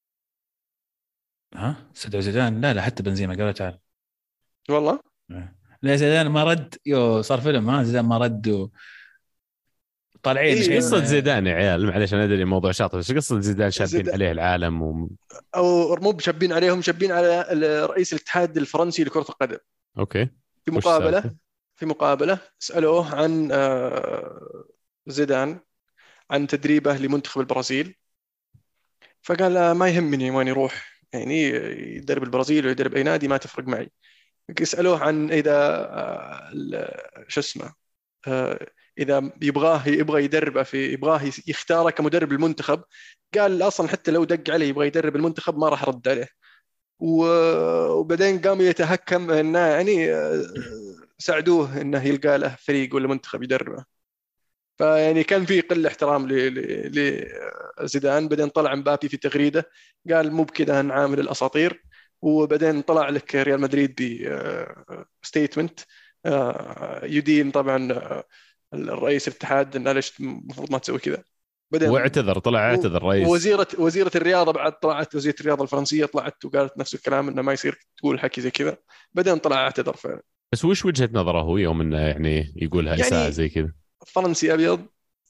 ها استدعوا زيدان؟ لا حتى بنزيما قالوا تعال. والله لا زيدان ما رد. صار فيلم ها زيدان ما رد طالعين إيه الحين. قصة زيدان يا عيال، معلش انا ادري الموضوع شاطر، بس قصة زيدان شابين زيدان عليه العالم أو مو بشابين عليهم، شابين على رئيس الاتحاد الفرنسي لكرة القدم. اوكي. في وش مقابلة السالفة؟ في مقابلة سألوه عن زيدان، عن تدريبه لمنتخب البرازيل. فقال ما يهمني وين يروح، يعني يدرب البرازيل ويدرب أي نادي ما تفرق معي. يسألوه عن إذا شو اسمه، إذا يبغى يدربه يبغاه يختاره كمدرب المنتخب. قال أصلا حتى لو دق عليه يبغى يدرب المنتخب ما راح أرد عليه. وبعدين قام يتهكم انه يعني ساعدوه انه يلقى له فريق ولا منتخب يدربه. فيعني كان في قله احترام لزيدان. بعدين طلع مبابي في تغريده قال مو بكذا نعامل الاساطير. وبعدين طلع لك ريال مدريد بستيتمنت يدين طبعا الرئيس الاتحاد انه ليش المفروض ما تسوي كذا. بعدين واعتذر، طلع اعتذر رئيس. وزيرة الرياضة بعد طلعت، وزيرة الرياضة الفرنسية طلعت وقالت نفس الكلام انه ما يصير تقول حكي زي كذا. بعدين طلع اعتذر فعلا. بس وش وجهة نظره هو يوم انه يعني يقولها إساءة يعني زي كذا؟ فرنسي ابيض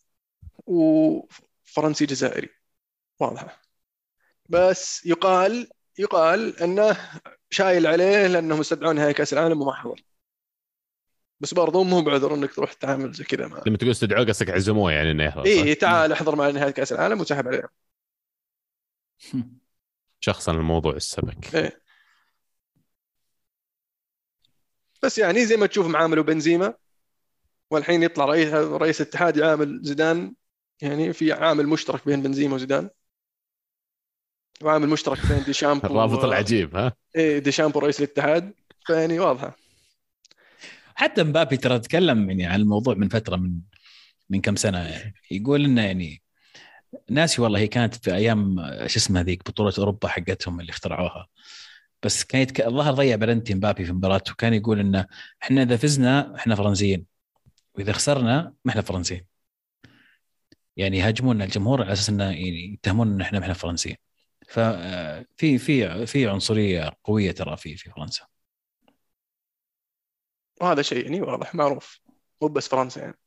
وفرنسي جزائري واضحة. بس يقال انه شايل عليه لانهم استدعوا نهائي كاس العالم وما حضر. بس برضه مو بعذر انك تروح تتعامل زي كذا لما تقول استدعوه قصدك عزموه يعني انه يحضر، صح؟ اي تعال احضر معنا نهائي كاس العالم وسحب عليه. شخصا الموضوع السبك. إيه. بس يعني زي ما تشوف معامله بنزيما، والحين يطلع رئيس الاتحاد يعامل زيدان. يعني في عامل مشترك بين بنزيما وزيدان، وعامل مشترك بين ديشامب الرابط العجيب ها. ايه ديشامب ورئيس الاتحاد. فيعني واضحه. حتى مبابي ترى تكلم يعني عن الموضوع من فتره، من كم سنه يعني. يقول انه يعني ناسي والله، هي كانت في ايام شو اسمها ذيك بطوله اوروبا حقتهم اللي اخترعوها. بس كان الظاهر ضيع بلنتي مبابي في مباراه، وكان يقول انه احنا اذا فزنا احنا فرنسيين، واذا خسرنا ما احنا فرنسيين. يعني يهاجمون الجمهور على اساس انه يعني يتهمون ان احنا فرنسيين. ففي عنصريه قويه ترى في فرنسا. وهذا شيء يعني واضح معروف، مو بس فرنسا يعني.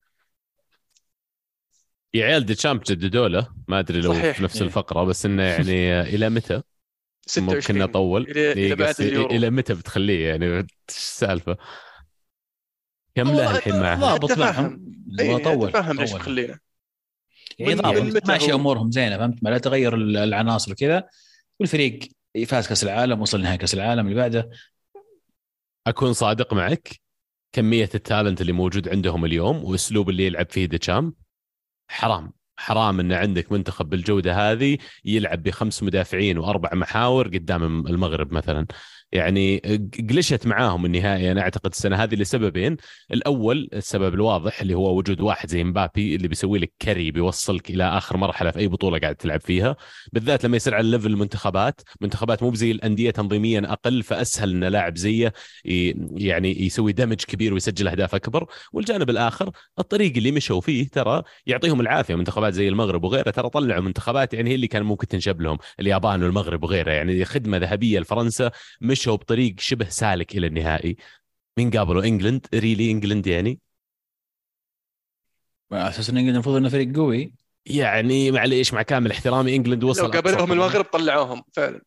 يا عيال ديشامب جددوا له، ما ادري لو في صحيح. نفس إيه. الفقره، بس انه يعني الى متى؟ 26 ممكن اطول الى بعد اليورو. الى متى بتخليه يعني؟ ايش السالفه؟ كم له والله الحين معهم؟ ضابط معهم. اي وطول اتفهم ليش تخلينا. يعني من ضابط متى ماشي هو؟ امورهم زينه، فهمت؟ ما لا تغير العناصر كذا، والفريق فاز كاس العالم، وصل نهائي كاس العالم اللي بعده. اكون صادق معك، كميه التالنت اللي موجود عندهم اليوم واسلوب اللي يلعب فيه ديشامب، حرام ان عندك منتخب بالجوده هذه يلعب بخمس مدافعين واربع محاور قدام المغرب مثلا. يعني قلشت معاهم النهائي انا اعتقد السنه هذه لسببين. الاول السبب الواضح اللي هو وجود واحد زي مبابي اللي بيسوي لك كري، بيوصلك الى اخر مرحله في اي بطوله قاعد تلعب فيها، بالذات لما يصير على ليفل منتخبات مو زي الانديه تنظيميا اقل، فاسهل ان لاعب زيه يعني يسوي دمج كبير ويسجل اهداف اكبر. والجانب الاخر الطريق اللي مشوا فيه ترى يعطيهم العافيه، منتخبات زي المغرب وغيرها ترى طلعوا منتخبات يعني هي اللي كان ممكن تنشب لهم، اليابان والمغرب وغيرها، يعني خدمه ذهبيه لفرنسا، مشوا بطريق شبه سالك الى النهائي. مين قابلوا؟ انجلند، ريلي انجلند يعني على اساس ان انجلند المفروض انه فريق قوي. يعني معليش مع كامل احترامي انجلند لو وصل قابلهم المغرب طلعوهم فعلا.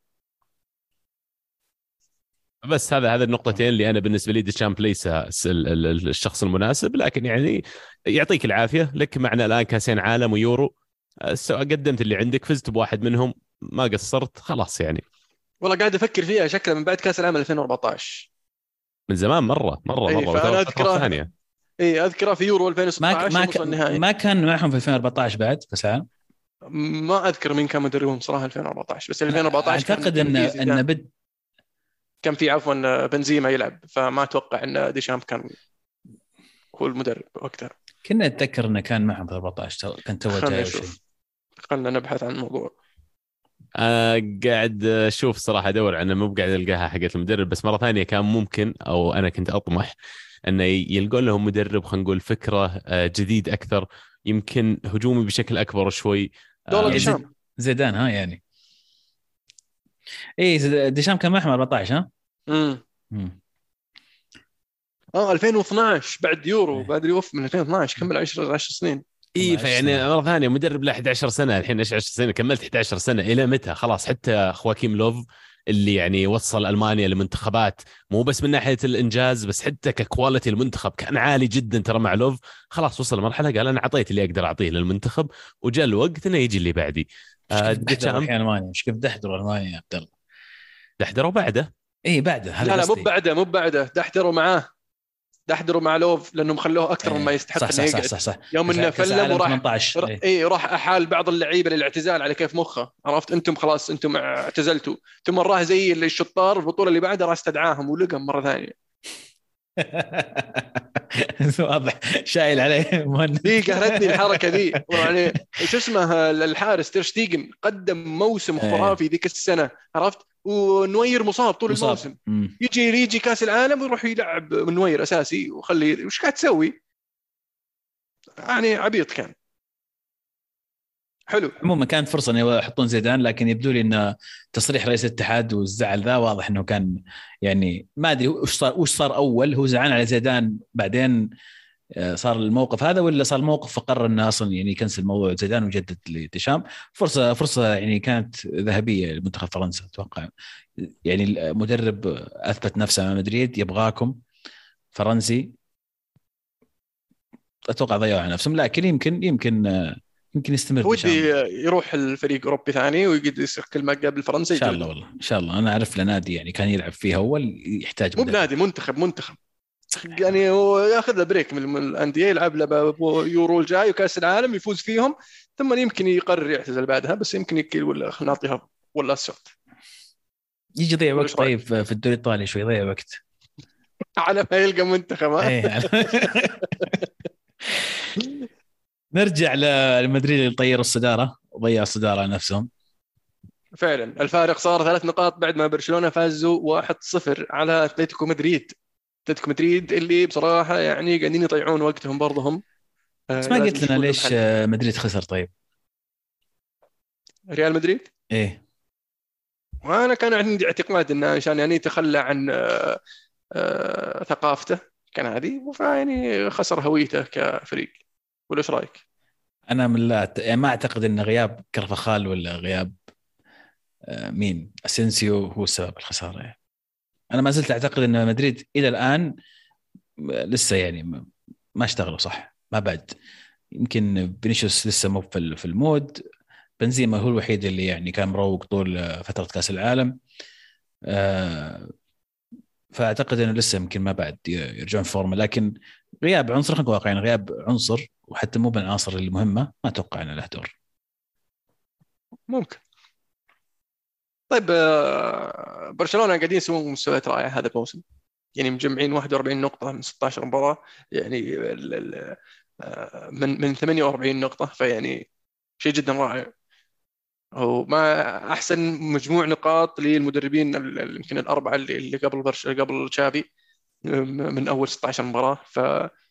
بس هذا النقطتين اللي انا بالنسبه لي ديشامب ليس الشخص المناسب، لكن يعني يعطيك العافيه لك معنا الان كاسين عالم ويورو، قدمت اللي عندك، فزت بواحد منهم، ما قصرت خلاص يعني. والله قاعد افكر فيها شكله من بعد كاس العالم 2014. من زمان مره مره اي مره، فانا وتو الفتره اذكره، الثانيه. اي اذكره في يورو ما 2016 ما يوم وصل النهائي. ما كان معهم في 2014 بعد كاس العالم. ما اذكر مين كان مدربهم صراحه 2014، بس 2014 اعتقد كان في ان زيدان، كان في عفوا بنزيما يلعب، فما اتوقع ان ديشامب كان هو المدرب وقتها. كنا نتذكر انه كان معهم في 14 كان تو خلنا جاي او شيء. نشوف، خلنا نبحث عن الموضوع. قاعد اشوف صراحه ادور عنه، مو قاعد القاها حقت المدرب، بس مره ثانيه كان ممكن، او انا كنت اطمح انه يلقون لهم مدرب خلينا نقول فكره جديد اكثر، يمكن هجومي بشكل اكبر شوي. دولا يعني ديشامب. زيدان ها يعني. اي ديشام كان معهم 14 ها. امم مم. 2012 بعد يورو، إيه. بعد يوف من 2012 كمل 10 سنين. اي 12 فيعني سنة. مره ثانيه مدرب له 11 سنه الحين، 10 سنين كملت 11 سنه الى متى؟ خلاص حتى خواكيم لوف اللي يعني وصل المانيا لمنتخبات، مو بس من ناحيه الانجاز، بس حتى ككواليتي المنتخب كان عالي جدا ترى مع لوف. خلاص وصل لمرحله قال انا اعطيت اللي اقدر اعطيه للمنتخب، وجاء الوقت انه يجي اللي بعدي. مش كيف دحدر ديشام الحين المانيا، مش كيف دحدر المانيا يا عبد الله. دحدروا بعده. اي بعده هذا لا لا، مو قصدي. بعده مو بعده، دحدروا معاه، دحدروا مع لوف لانهم خلوه اكثر مما يستحق صح انه صح صح يقعد. صح صح. يوم انه كاس فلم العالم وراح 18 اي راح احال بعض اللعيبه للاعتزال على كيف مخه، عرفت؟ انتم خلاص انتم اعتزلتوا، ثم راه زي الشطار البطوله اللي بعدها راح استدعاهم ولقم مره ثانيه. واضح شايل عليه مهند. دي قهرتني الحركه ذي يعني. شو اسمه الحارس تير شتيجن قدم موسم خرافي ذيك السنه، عرفت؟ ونوير مصاب طول الموسم، يجي كاس العالم ويروح يلعب نوير اساسي وخلي وش قاعد تسوي؟ يعني عبيط كان. حلو. عموما كانت فرصه انه يحطون زيدان، لكن يبدو لي ان تصريح رئيس الاتحاد والزعل ذا واضح انه كان يعني ما ادري وش صار اول، هو زعلان على زيدان بعدين صار الموقف هذا، ولا صار الموقف فقرر انه اصلا يعني يكنسل موضوع زيدان ويجدد لديشام. فرصه يعني كانت ذهبيه لمنتخب فرنسا اتوقع. يعني المدرب اثبت نفسه مع مدريد، يبغاكم فرنسي. اتوقع ضيعوا على نفسهم، لكن يمكن يستمر ودي ديشام. يروح الفريق اوروبي ثاني ويقعد يصير كل ما قابل فرنسا ان شاء يجلد. الله والله ان شاء الله. انا اعرف له نادي يعني كان يلعب فيه اول، يحتاج مو مدرب. بنادي، منتخب يعني هو ياخذ له بريك من الانديه، يلعب له يورو الجاي وكاس العالم يفوز فيهم، ثم يمكن يقرر يعتزل بعدها، بس يمكن يكيل ولا نعطيها ولا السوت. يجي يضيع ولا وقت. إيش رأيك؟ طيب في الدوري الايطالي شوي يضيع وقت. على ما يلقى منتخب. ايه نرجع لمدريد اللي طيروا الصداره وضيعوا الصداره على نفسهم. فعلا الفارق صار 3 نقاط بعد ما برشلونه فازوا 1-0 على اتلتيكو مدريد. اتلتيكو مدريد اللي بصراحه يعني قاعدين يضيعون وقتهم برضهم. بس ما لازم قلت لنا يشوفون ليش محل. مدريد خسر طيب؟ ريال مدريد، ايه وانا كان عندي اعتقاد انه عشان يعني يتخلى عن ثقافته كنادي، فيعني خسر هويته كفريق. ولا ايش رايك؟ انا من لا يعني ما اعتقد ان غياب كرفخال ولا غياب مين اسينسيو هو سبب الخساره يعني. انا ما زلت اعتقد ان مدريد الى الان لسه يعني ما اشتغلوا صح، ما بعد. يمكن فينيسيوس لسه مو في المود. بنزيما هو الوحيد اللي يعني كان مروق طول فتره كاس العالم. فاعتقد انه لسه يمكن ما بعد يرجعون فورمه، لكن غياب عنصر، خلينا نكون واقعيين، غياب عنصر وحتى مو من العناصر المهمه ما اتوقع انه له دور. ممكن. طيب برشلونه قاعدين يسوون مستويات رائعه هذا الموسم، يعني مجمعين 41 نقطه من 16 مباراه، يعني من 48 نقطه، فيعني شيء جدا رائع. وما احسن مجموع نقاط للمدربين يمكن الاربعه اللي قبل تشافي من اول 16 مباراه. ف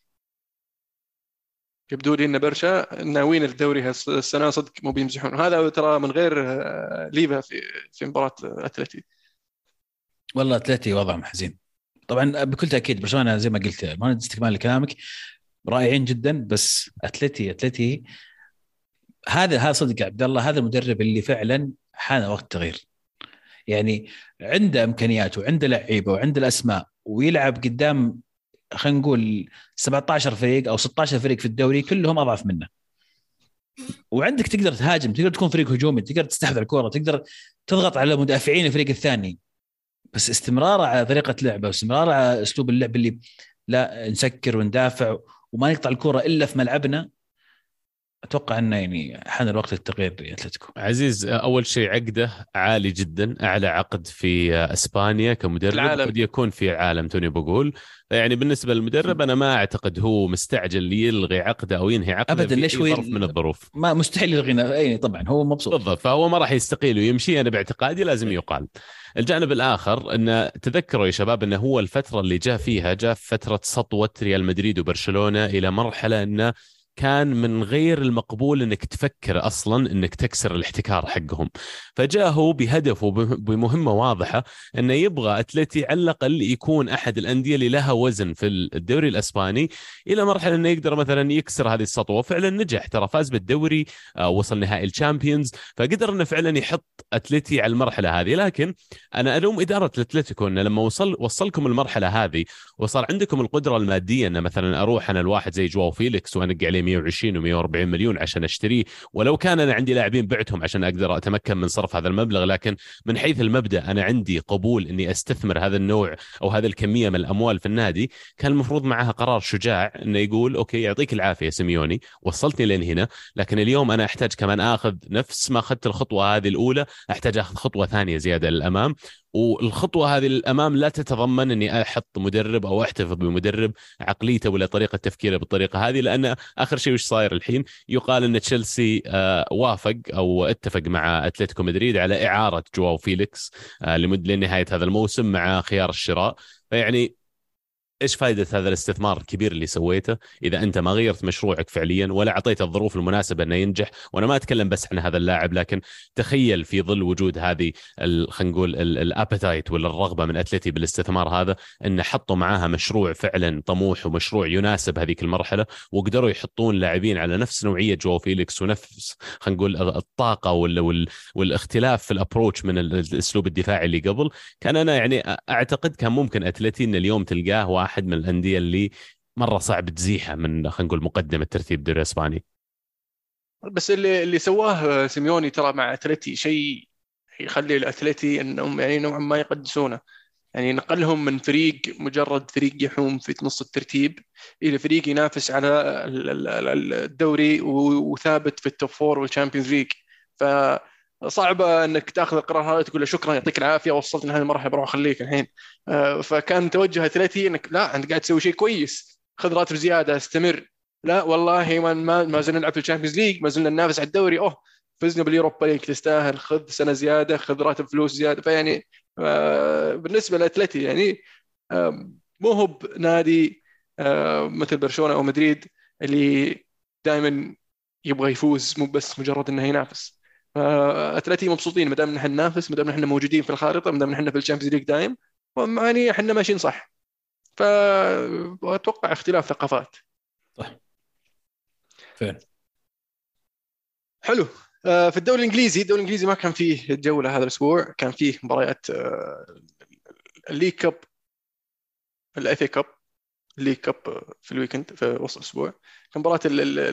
يبدو لي ان برشا ناويين الدوري السنه صدق، مو بيمزحون. هذا ترى من غير ليفا في مباراه اتلتي. والله اتلتي وضعهم حزين طبعا بكل تاكيد. برشلونه زي ما قلت، ما استكمال لكلامك، رائعين جدا، بس اتلتي هذا صدق عبد الله، هذا المدرب اللي فعلا حان وقت تغيير. يعني عنده امكانيات وعنده لعيبه وعنده الاسماء، ويلعب قدام خلينا نقول 17 فريق او 16 فريق في الدوري كلهم اضعف منه، وعندك تقدر تهاجم، تقدر تكون فريق هجومي، تقدر تستحوذ على الكره، تقدر تضغط على مدافعين الفريق الثاني. بس استمرار على طريقه لعبه واستمرار على اسلوب اللعب اللي لا نسكر وندافع وما نقطع الكره الا في ملعبنا، اتوقع انه يعني حان الوقت للتغيير لاتلتيكو. عزيز، اول شيء عقده عالي جدا، اعلى عقد في اسبانيا كمدرب العالم. قد يكون في العالم، توني بقول. يعني بالنسبه للمدرب انا ما اعتقد هو مستعجل يلغي عقده او ينهي عقده ابدا، في ليش اي ظرف من الظروف. ما مستحيل يلغينا، اي طبعا هو مبسوط بالضبط، فهو ما راح يستقيل ويمشي، انا باعتقادي لازم يقال. الجانب الاخر ان تذكروا يا شباب انه هو الفتره اللي جاء فيها جاء في فتره سطوه ريال مدريد وبرشلونه الى مرحله انه كان من غير المقبول انك تفكر اصلا انك تكسر الاحتكار حقهم. فجاء هو بهدف وبمهمه واضحه انه يبغى اتلتي على الاقل يكون احد الانديه اللي لها وزن في الدوري الاسباني، الى مرحله انه يقدر مثلا يكسر هذه السطوه. وفعلا نجح، ترى فاز بالدوري، وصل نهائي الشامبيونز، فقدر انه فعلا يحط اتلتي على المرحله هذه. لكن انا الوم اداره الاتلتيكو انه لما وصلكم المرحله هذه وصار عندكم القدره الماديه ان مثلا اروح انا الواحد زي جواو فيليكس وانقي عليه 120 و140 مليون عشان اشتريه، ولو كان انا عندي لاعبين بعتهم عشان اقدر اتمكن من صرف هذا المبلغ. لكن من حيث المبدا انا عندي قبول اني استثمر هذا النوع او هذه الكميه من الاموال في النادي. كان المفروض معها قرار شجاع انه يقول اوكي يعطيك العافيه سيميوني، وصلتني لين هنا، لكن اليوم انا احتاج كمان اخذ نفس ما اخذت الخطوه هذه الاولى، احتاج اخذ خطوه ثانيه زياده للامام. والخطوه هذه للامام لا تتضمن اني احط مدرب او احتفظ بمدرب عقليته ولا طريقه تفكيره بالطريقه هذه. لان اخر شيء وش صاير الحين؟ يقال ان تشيلسي وافق او اتفق مع اتلتيكو مدريد على اعاره جواو فيليكس لنهايه هذا الموسم مع خيار الشراء. فيعني ايش فائده هذا الاستثمار الكبير اللي سويته اذا انت ما غيرت مشروعك فعليا ولا اعطيته الظروف المناسبه انه ينجح؟ وانا ما اتكلم بس عن هذا اللاعب، لكن تخيل في ظل وجود هذه خلينا نقول الابيتايت ولا الرغبه من اتلتي بالاستثمار هذا، ان حطوا معاها مشروع فعلا طموح ومشروع يناسب هذيك المرحله، وقدروا يحطون لاعبين على نفس نوعيه جو فيليكس ونفس خلينا نقول الطاقه والاختلاف في الابروتش من الاسلوب الدفاعي اللي قبل. كان انا يعني اعتقد كان ممكن اتلتي ان اليوم تلقاه واحد من الانديه اللي مره صعب تزيحها من خلينا نقول مقدمه ترتيب الدوري الاسباني. بس اللي سواه سيميوني ترى مع اتلتي شيء يخلي الاتلتي انهم يعني نوعا ما يقدسونه. يعني نقلهم من فريق مجرد فريق يحوم في نص الترتيب الى فريق ينافس على الدوري وثابت في التوب فور والشامبيونز ليج. فصعبه انك تاخذ القرار هذا تقول له شكرا يعطيك العافيه وصلتنا هذه المرحله بروح اخليك الحين. فكان توجه اتلتي انك لا انت قاعد تسوي شيء كويس، خذ راتب زياده استمر. لا والله ما زلنا نلعب في الشامبيونز ليج، ما زلنا ننافس على الدوري، فزنا باليوروبا ليج تستاهل، خذ سنه زياده، خذ راتب فلوس زياده. فيعني بالنسبه لاتلتي يعني مو هو بنادي مثل برشلونه او مدريد اللي دائما يبغى يفوز، مو بس مجرد انه ينافس. اتلتي مبسوطين ما دام نحن ننافس، ما دام نحن موجودين في الخارطه، ما دام نحن في الشامبيونز ليج دايم، يعني احنا ماشيين صح. فاتوقع اختلاف ثقافات. صح فعلا. حلو. في الدوري الانجليزي ما كان فيه جوله هذا الاسبوع، كان فيه مباريات الليج كاب، الاف اي كاب، الليج كاب في الويكند في وسط الاسبوع. كان مباراه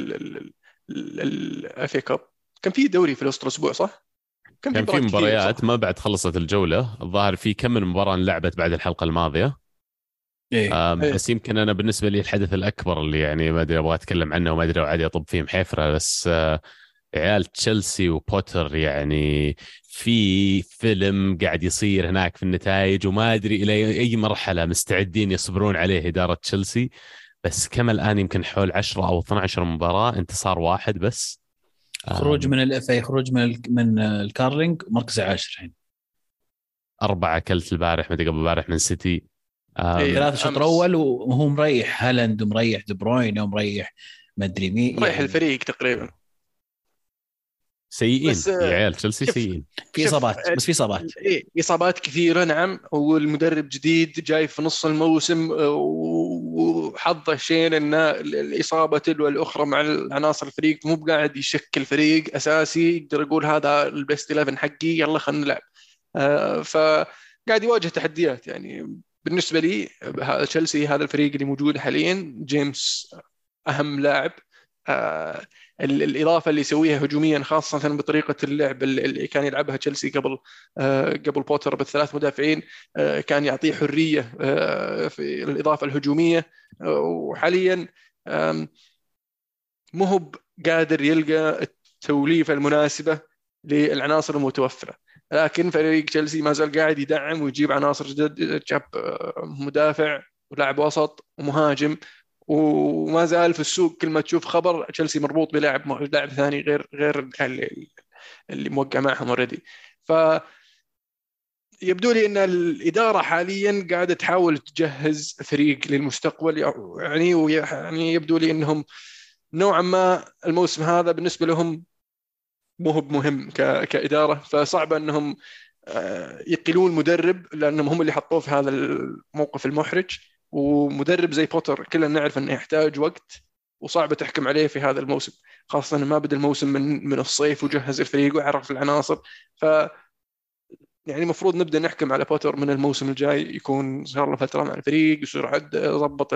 الاف اي كاب. كان فيه دوري في وسط الاسبوع صح؟ كان في مباريات كثير مباريات صراحة. ما بعد خلصت الجوله، الظاهر في كم من مباراه لعبت بعد الحلقه الماضيه. ايه بس يمكن انا بالنسبه لي الحدث الاكبر اللي يعني ما ادري ابغى اتكلم عنه وما ادري عادي اطب فيه محيفره، بس عيال تشيلسي وبوتر يعني في فيلم قاعد يصير هناك في النتائج، وما ادري الى اي مرحله مستعدين يصبرون عليه اداره تشيلسي. بس كم الان يمكن حول 10 او 12 مباراه، انتصار واحد بس. خروج من الاف اي، خروج من الكارلينج، مركز 10 الحين. 4 كلت البارح مدري قبل البارح من سيتي. 3 شطر اول وهو مريح هالاند ومريح دي بروين ومريح ما ادري مين، مريح يعني الفريق تقريبا. سيئين بس يا عيال، تشيلسي شوف سيئين. في شوف اصابات، بس في اصابات. إيه إصابات كثيرة نعم، والمدرب جديد جاي في نص الموسم، وحظه شين أن الإصابة تلو الأخرى مع العناصر الفريق، مو بقاعد يشكل فريق أساسي يقدر يقول هذا البيست 11 حقي يلا خلينا نلعب. فقاعد يواجه تحديات يعني. بالنسبة لي تشيلسي هذا الفريق اللي موجود حاليا، جيمس أهم لاعب. الإضافة اللي يسويها هجوميا، خاصة بطريقة اللعب اللي كان يلعبها تشيلسي قبل بوتر بالثلاث مدافعين، كان يعطيه حرية في الإضافة الهجومية. وحاليا مو هو قادر يلقى التوليفة المناسبة للعناصر المتوفرة، لكن فريق تشيلسي ما زال قاعد يدعم ويجيب عناصر جدد. جاب مدافع ولاعب وسط ومهاجم، وما زال في السوق كل ما تشوف خبر تشيلسي مربوط بلاعب ثاني غير اللي موقع معهم اوريدي. ف يبدو لي ان الاداره حاليا قاعده تحاول تجهز فريق للمستقبل يعني، ويعني يبدو لي انهم نوعا ما الموسم هذا بالنسبه لهم مو هو مهم كاداره، فصعب انهم يقيلون مدرب، لانهم هم اللي حطوه في هذا الموقف المحرج. ومدرب زي بوتر كلنا نعرف انه يحتاج وقت، وصعب تحكم عليه في هذا الموسم، خاصة انه ما بدا الموسم من الصيف وجهز الفريق وعرف العناصر. ف يعني المفروض نبدا نحكم على بوتر من الموسم الجاي، يكون صار له فتره مع الفريق، يصير عد ضبط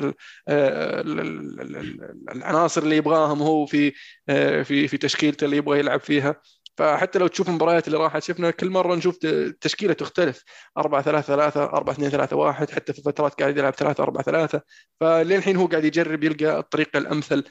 العناصر اللي يبغاهم هو في تشكيلته اللي يبغى يلعب فيها. فحتى لو تشوف المباريات اللي راحت، شفنا كل مره نشوف تشكيله تختلف، 4-3-3 4-2-3-1، حتى في فترات قاعد يلعب 3-4-3. فللحين هو قاعد يجرب يلقى الطريقه الامثل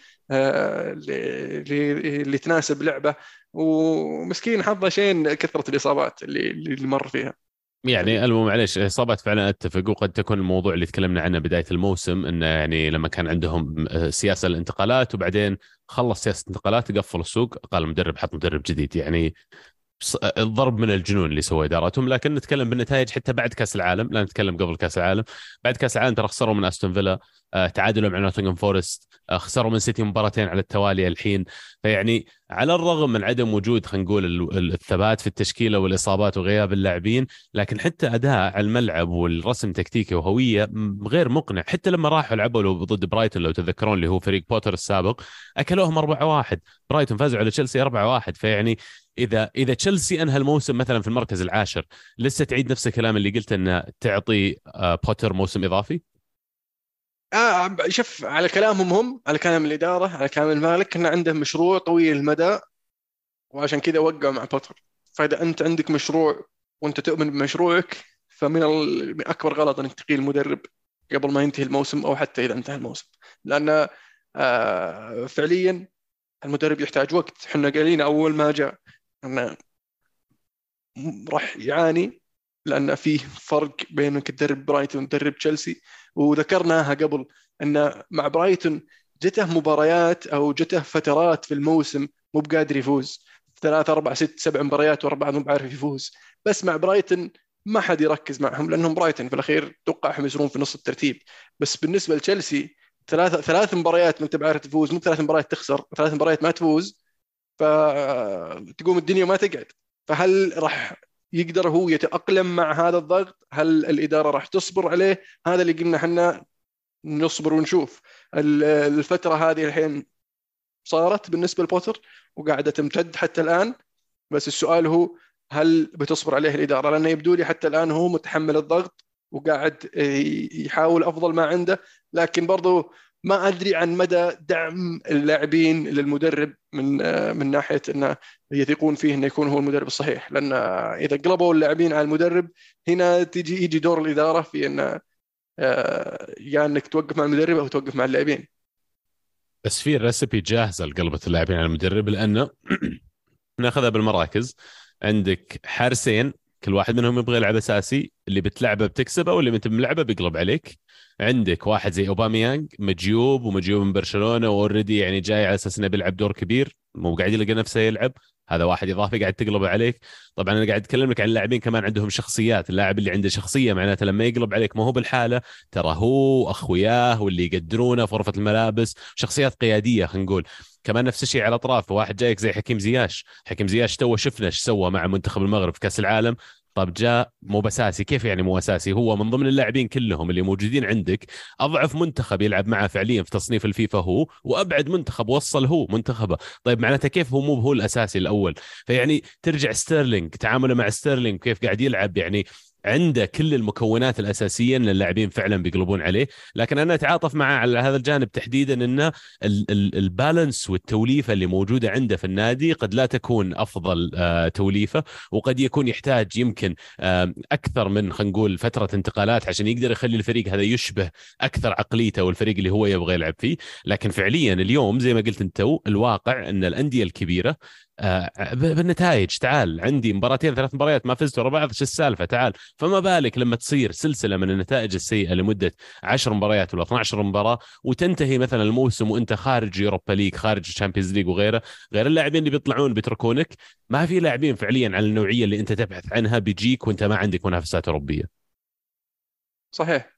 اللي تناسب لعبه. ومسكين حظه شين كثرة الإصابات اللي مر فيها. يعني المهم معلش إصابات فعلا أتفق، وقد تكون الموضوع اللي تكلمنا عنه بداية الموسم إنه يعني لما كان عندهم سياسة الانتقالات، وبعدين خلص سياسة الانتقالات قفل السوق، قال المدرب حط مدرب جديد. يعني الضرب من الجنون اللي سوى إدارتهم. لكن نتكلم بالنتائج حتى بعد كأس العالم، لا نتكلم قبل كأس العالم. بعد كأس العالم ترى خسروا من أستون فيلا، تعادلوا مع نوتنغهام فورست، خسروا من سيتي مباراتين على التوالي الحين. فيعني على الرغم من عدم وجود خلينا نقول الثبات في التشكيلة والإصابات وغياب اللاعبين، لكن حتى أداء على الملعب والرسم تكتيكي وهوية غير مقنع. حتى لما راحوا لعبوا ضد برايتون لو تذكرون، اللي هو فريق بوتر السابق، أكلوهم 4-1. برايتون فازوا على تشيلسي 4-1. فيعني اذا تشيلسي انهى الموسم مثلا في المركز العاشر، لسه تعيد نفس الكلام اللي قلت انه تعطي بوتر موسم اضافي. شوف، على كلامهم هم، على كلام الإدارة، على كلام المالك، إن عندهم مشروع طويل المدى، وعشان كذا وقعوا مع بوتر. فإذا أنت عندك مشروع وأنت تؤمن بمشروعك، من أكبر غلط أنك تقيل المدرب قبل ما ينتهي الموسم، أو حتى إذا انتهى الموسم، لأن فعليا المدرب يحتاج وقت. حنا قالين أول ما جاء أنه راح يعاني، لأن في فرق بين انك تدرب برايتون وتدرب تشيلسي. وذكرناها قبل أن مع برايتون جته مباريات أو جته فترات في الموسم مو بقادر يفوز، 3-4-6-7 مباريات ورا بعض مو بعرف يفوز. بس مع برايتون ما حد يركز معهم، لأنهم برايتون في الأخير توقعهم يصيرون في نص الترتيب. بس بالنسبة لتشيلسي ثلاث مباريات ما انت بعرف تفوز، مو 3 مباريات تخسر، 3 مباريات ما تفوز، فتقوم الدنيا ما تقعد. فهل راح يقدر هو يتأقلم مع هذا الضغط؟ هل الإدارة راح تصبر عليه؟ هذا اللي قلنا حنا نصبر ونشوف. الفترة هذه الحين صارت بالنسبة لبوتر وقاعدة تمتد حتى الآن، بس السؤال هو هل بتصبر عليه الإدارة؟ لأنه يبدو لي حتى الآن هو متحمل الضغط وقاعد يحاول أفضل ما عنده، لكن برضو ما أدري عن مدى دعم اللاعبين للمدرب من ناحية أنه يثقون فيه أنه يكون هو المدرب الصحيح. لأن إذا قلبوا اللاعبين على المدرب، هنا يجي دور الإدارة في أنه يا أنك توقف مع المدرب أو توقف مع اللاعبين. بس في ريسبي جاهزة لقلبة اللاعبين على المدرب، لأنه ناخذها بالمراكز. عندك حارسين كل واحد منهم يبغى يلعب اساسي، اللي بتلعبه بتكسبه واللي انت بلعبه بيقلب عليك. عندك واحد زي اوباميانج مجيوب من برشلونه واوريدي يعني جاي على اساس انه بيلعب دور كبير، مو قاعد يلقى نفسه يلعب. هذا واحد اضافي قاعد تقلب عليك. طبعا انا قاعد اتكلم لك عن اللاعبين كمان عندهم شخصيات. اللاعب اللي عنده شخصيه معناته لما يقلب عليك ما هو بالحاله، ترى هو اخوياه واللي يقدرونه في غرفه الملابس، شخصيات قياديه خلينا نقول. كمان نفس الشيء على الاطراف، واحد جايك زي حكيم زياش. حكيم زياش تو شفنا ايش سوى مع منتخب المغرب في كاس العالم. طب جاء مو بساسي، كيف يعني مو اساسي؟ هو من ضمن اللاعبين كلهم اللي موجودين عندك. اضعف منتخب يلعب معه فعليا في تصنيف الفيفا هو، وابعد منتخب وصل هو منتخبه. طيب معناته كيف هو مو هو الاساسي الاول؟ فيعني ترجع ستيرلينج، تعامله مع ستيرلينج كيف قاعد يلعب، يعني عنده كل المكونات الأساسية ان اللاعبين فعلا بيقلبون عليه. لكن انا اتعاطف معه على هذا الجانب تحديدا، انه البالانس والتوليفه اللي موجوده عنده في النادي قد لا تكون افضل توليفه، وقد يكون يحتاج يمكن اكثر من، خلينا نقول، فتره انتقالات عشان يقدر يخلي الفريق هذا يشبه اكثر عقليته والفريق اللي هو يبغى يلعب فيه. لكن فعليا اليوم زي ما قلت انت، الواقع ان الانديه الكبيره بالنتائج، تعال عندي مباراتين 3 مباريات ما فزت ورا بعض، شو السالفه؟ تعال. فما بالك لما تصير سلسله من النتائج السيئه لمده 10 مباريات ولا 12 مباراه، وتنتهي مثلا الموسم وانت خارج يوروبا ليج، خارج الشامبيونز ليج وغيره، غير اللاعبين اللي بيطلعون بيتركونك. ما في لاعبين فعليا على النوعيه اللي انت تبحث عنها بيجيك وانت ما عندك منافسات اوروبيه. صحيح.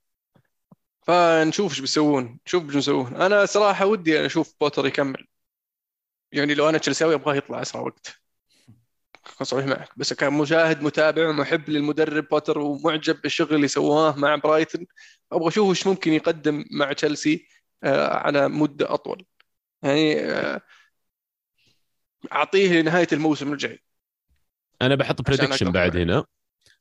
فنشوف ايش بيسوون، شوف ايش بيسوون. انا صراحه ودي اشوف بوتر يكمل، يعني لو انا تشيلساوي ابغاه يطلع اسرع وقت، أكون صريح معك. بس كان مشاهد متابع ومحب للمدرب بوتر ومعجب بالشغل اللي سواه مع برايتون، ابغى اشوف ايش ممكن يقدم مع تشيلسي على مده اطول. يعني اعطيه لنهايه الموسم الجاي انا بحط عشان بريدكشن اقف بعد معه. هنا.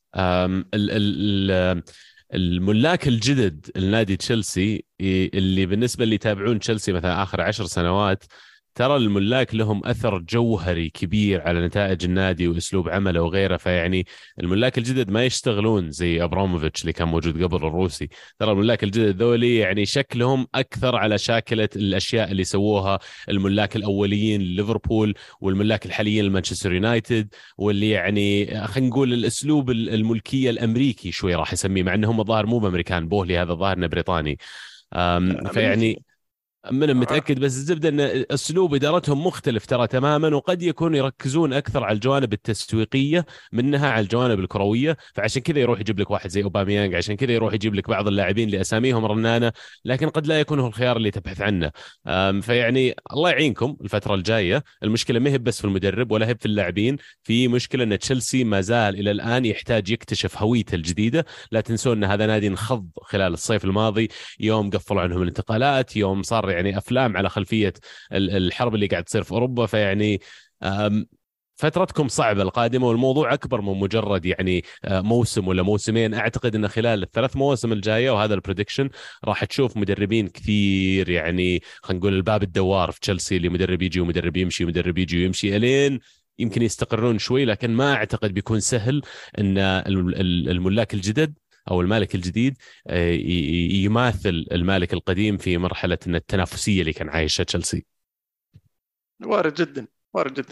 الملاك الجدد النادي تشيلسي، اللي بالنسبة اللي يتابعون تشيلسي مثلا آخر 10 سنوات، ترى الملاك لهم أثر جوهري كبير على نتائج النادي وأسلوب عمله وغيره. فيعني الملاك الجدد ما يشتغلون زي أبراموفيتش اللي كان موجود قبل الروسي. ترى الملاك الجدد ذولي يعني شكلهم أكثر على شاكلة الأشياء اللي سووها الملاك الأوليين ليفربول والملاك الحاليين لمانشستر يونايتد، واللي يعني خلينا نقول الأسلوب الملكية الأمريكي شوي راح يسميه، مع أنهم ظاهر مو بأمريكان، بوهلي هذا ظاهر إنه بريطاني. امريكي. فيعني من متأكد، بس الزبدة أن أسلوب إدارتهم مختلف ترى تماما، وقد يكون يركزون أكثر على الجوانب التسويقية منها على الجوانب الكروية. فعشان كذا يروح يجيب لك واحد زي أوباميانغ، عشان كذا يروح يجيب لك بعض اللاعبين اللي أساميهم رنانة، لكن قد لا يكون هو الخيار اللي تبحث عنه. فيعني الله يعينكم الفترة الجاية. المشكلة ما هي بس في المدرب ولا هي في اللاعبين، في مشكلة أن تشيلسي ما زال إلى الآن يحتاج يكتشف هويته الجديدة. لا تنسون أن هذا نادي انخض خلال الصيف الماضي، يوم قفلوا عنهم الانتقالات، يوم صار يعني أفلام على خلفية الحرب اللي قاعد تصير في أوروبا. فيعني فترتكم صعبة القادمة، والموضوع أكبر من مجرد يعني موسم ولا موسمين. أعتقد أن خلال ال3 مواسم الجاية، وهذا البريدكشن، راح تشوف مدربين كثير، يعني خلينا نقول الباب الدوار في تشيلسي، اللي مدرب يجي ومدرب يمشي ومدرب يجي ويمشي ألين يمكن يستقرون شوي. لكن ما أعتقد بيكون سهل أن الملاك الجدد أو المالك الجديد يماثل المالك القديم في مرحلة التنافسية اللي كان عايشها تشيلسي. وارد جدا، وارد جدا.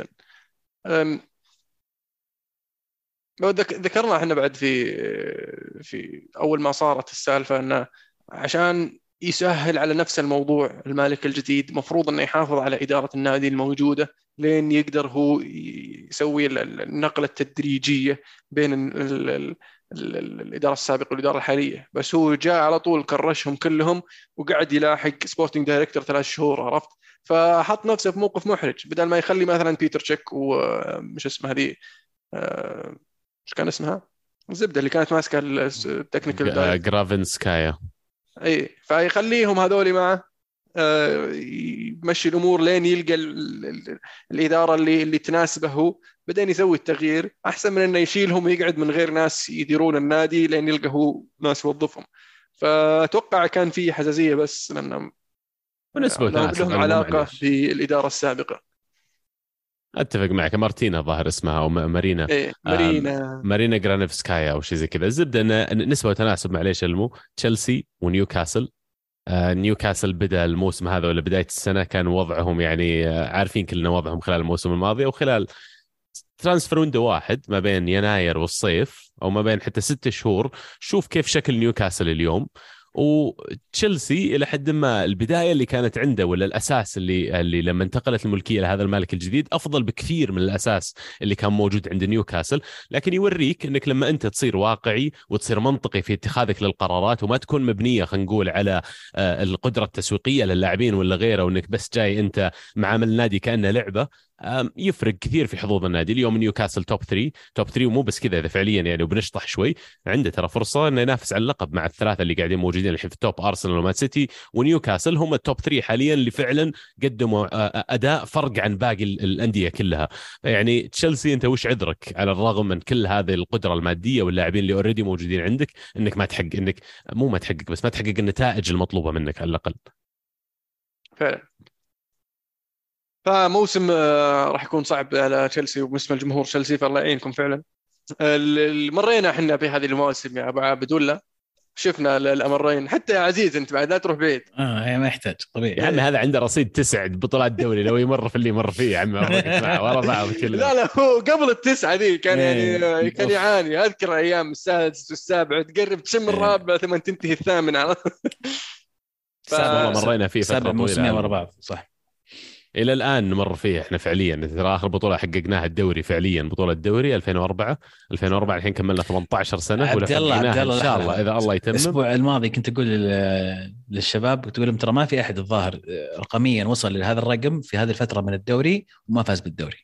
لو ذكرنا احنا بعد في اول ما صارت السالفه انه عشان يسهل على نفس الموضوع، المالك الجديد مفروض انه يحافظ على اداره النادي الموجوده لين يقدر هو يسوي النقله التدريجيه بين الاداره السابقه والاداره الحاليه. بس هو جاء على طول كرشهم كلهم وقعد يلاحق سبورتنج دايركتور 3 شهور، عرفت؟ فحط نفسه في موقف محرج، بدل ما يخلي مثلا بيتر تشيك ومش اسمه هذه، ايش كان اسمها الزبده اللي كانت ماسكه التكنيكال دايركتور، جرافنسكايا. اي، فيخليهم هذول معه يمشي الامور لين يلقى الاداره اللي تناسبه هو، بعدين يسوي التغيير، احسن من انه يشيلهم ويقعد من غير ناس يديرون النادي لين يلقى هو ناس يوظفهم. فاتوقع كان في حساسيه بس لانهم ونسبة وتناسب لهم علاقه بالاداره السابقه. اتفق معك. مارتينا ظاهر اسمها او مارينا. ايه، مارينا. مارينا جرانفسكايا او شيء زي كذا. الزبده ان نسبه وتناسب، معليش المو تشيلسي ونيوكاسل. نيوكاسل بدا الموسم هذا ولا بدايه السنه كان وضعهم يعني عارفين كلنا وضعهم خلال الموسم الماضي، او خلال ترانسفير ويندو واحد ما بين يناير والصيف، او ما بين حتى 6 شهور. شوف كيف شكل نيوكاسل اليوم، وتشيلسي الى حد ما البدايه اللي كانت عنده ولا الاساس اللي لما انتقلت الملكيه لهذا المالك الجديد افضل بكثير من الاساس اللي كان موجود عند نيوكاسل. لكن يوريك انك لما انت تصير واقعي وتصير منطقي في اتخاذك للقرارات وما تكون مبنيه خلينا نقول على القدره التسويقيه للاعبين ولا غيره، وانك بس جاي انت معامل النادي كانه لعبه، يفرق كثير في حظوظ النادي. اليوم نيوكاسل توب 3 ومو بس كذا، اذا فعليا يعني وبنشطح شوي عنده ترى فرصه انه ينافس على اللقب مع الثلاثه اللي قاعدين موجودين الحين في التوب، ارسنال ومان سيتي ونيوكاسل هم التوب 3 حاليا اللي فعلا قدموا اداء فرق عن باقي الانديه كلها. يعني تشيلسي انت وش عذرك على الرغم من كل هذه القدره الماديه واللاعبين اللي اوريدي موجودين عندك انك ما تحقق، انك مو ما تحقق بس ما تحقق النتائج المطلوبه منك على الاقل. فعلا. فموسم راح يكون صعب على تشيلسي وبالنسبه لجمهور تشيلسي، فالله يعينكم فعلا. مرينا احنا بهذه المواسم يا ابو عابد ولا شفنا الامرين؟ حتى يا عزيز انت بعد لا تروح بعيد. هي ما يحتاج طبيعي يا عمي هذا عنده رصيد 9 بطولات دوري، لو يمر في اللي يمر فيه يا عمي ورقت معه ورا بعض كله. لا هو قبل التسعة ذي كان يعني كان يعاني. أذكر أيام السادس والسابع تقرب تشم الرابع ثم تنتهي الثامن على والله مرينا فيه فترة 7 موسمين ورا بعض صح. الى الان نمر فيه احنا فعليا. ترى اخر بطوله حققناها الدوري فعليا بطوله الدوري 2004 الحين كملنا 18 سنه ولا حققناها ان شاء الله اذا الله يتمم. الاسبوع الماضي كنت اقول للشباب كنت اقول لهم ترى ما في احد الظاهر رقميا وصل لهذا الرقم في هذه الفتره من الدوري وما فاز بالدوري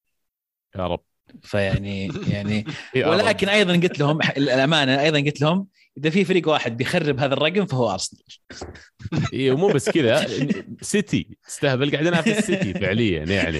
يا رب. فيعني ولكن ايضا قلت لهم الامانه، ايضا قلت لهم اذا في فريق واحد بيخرب هذا الرقم فهو ارسنال. اي ومو بس كذا، سيتي استهبل قاعد ننافس السيتي فعليا يعني.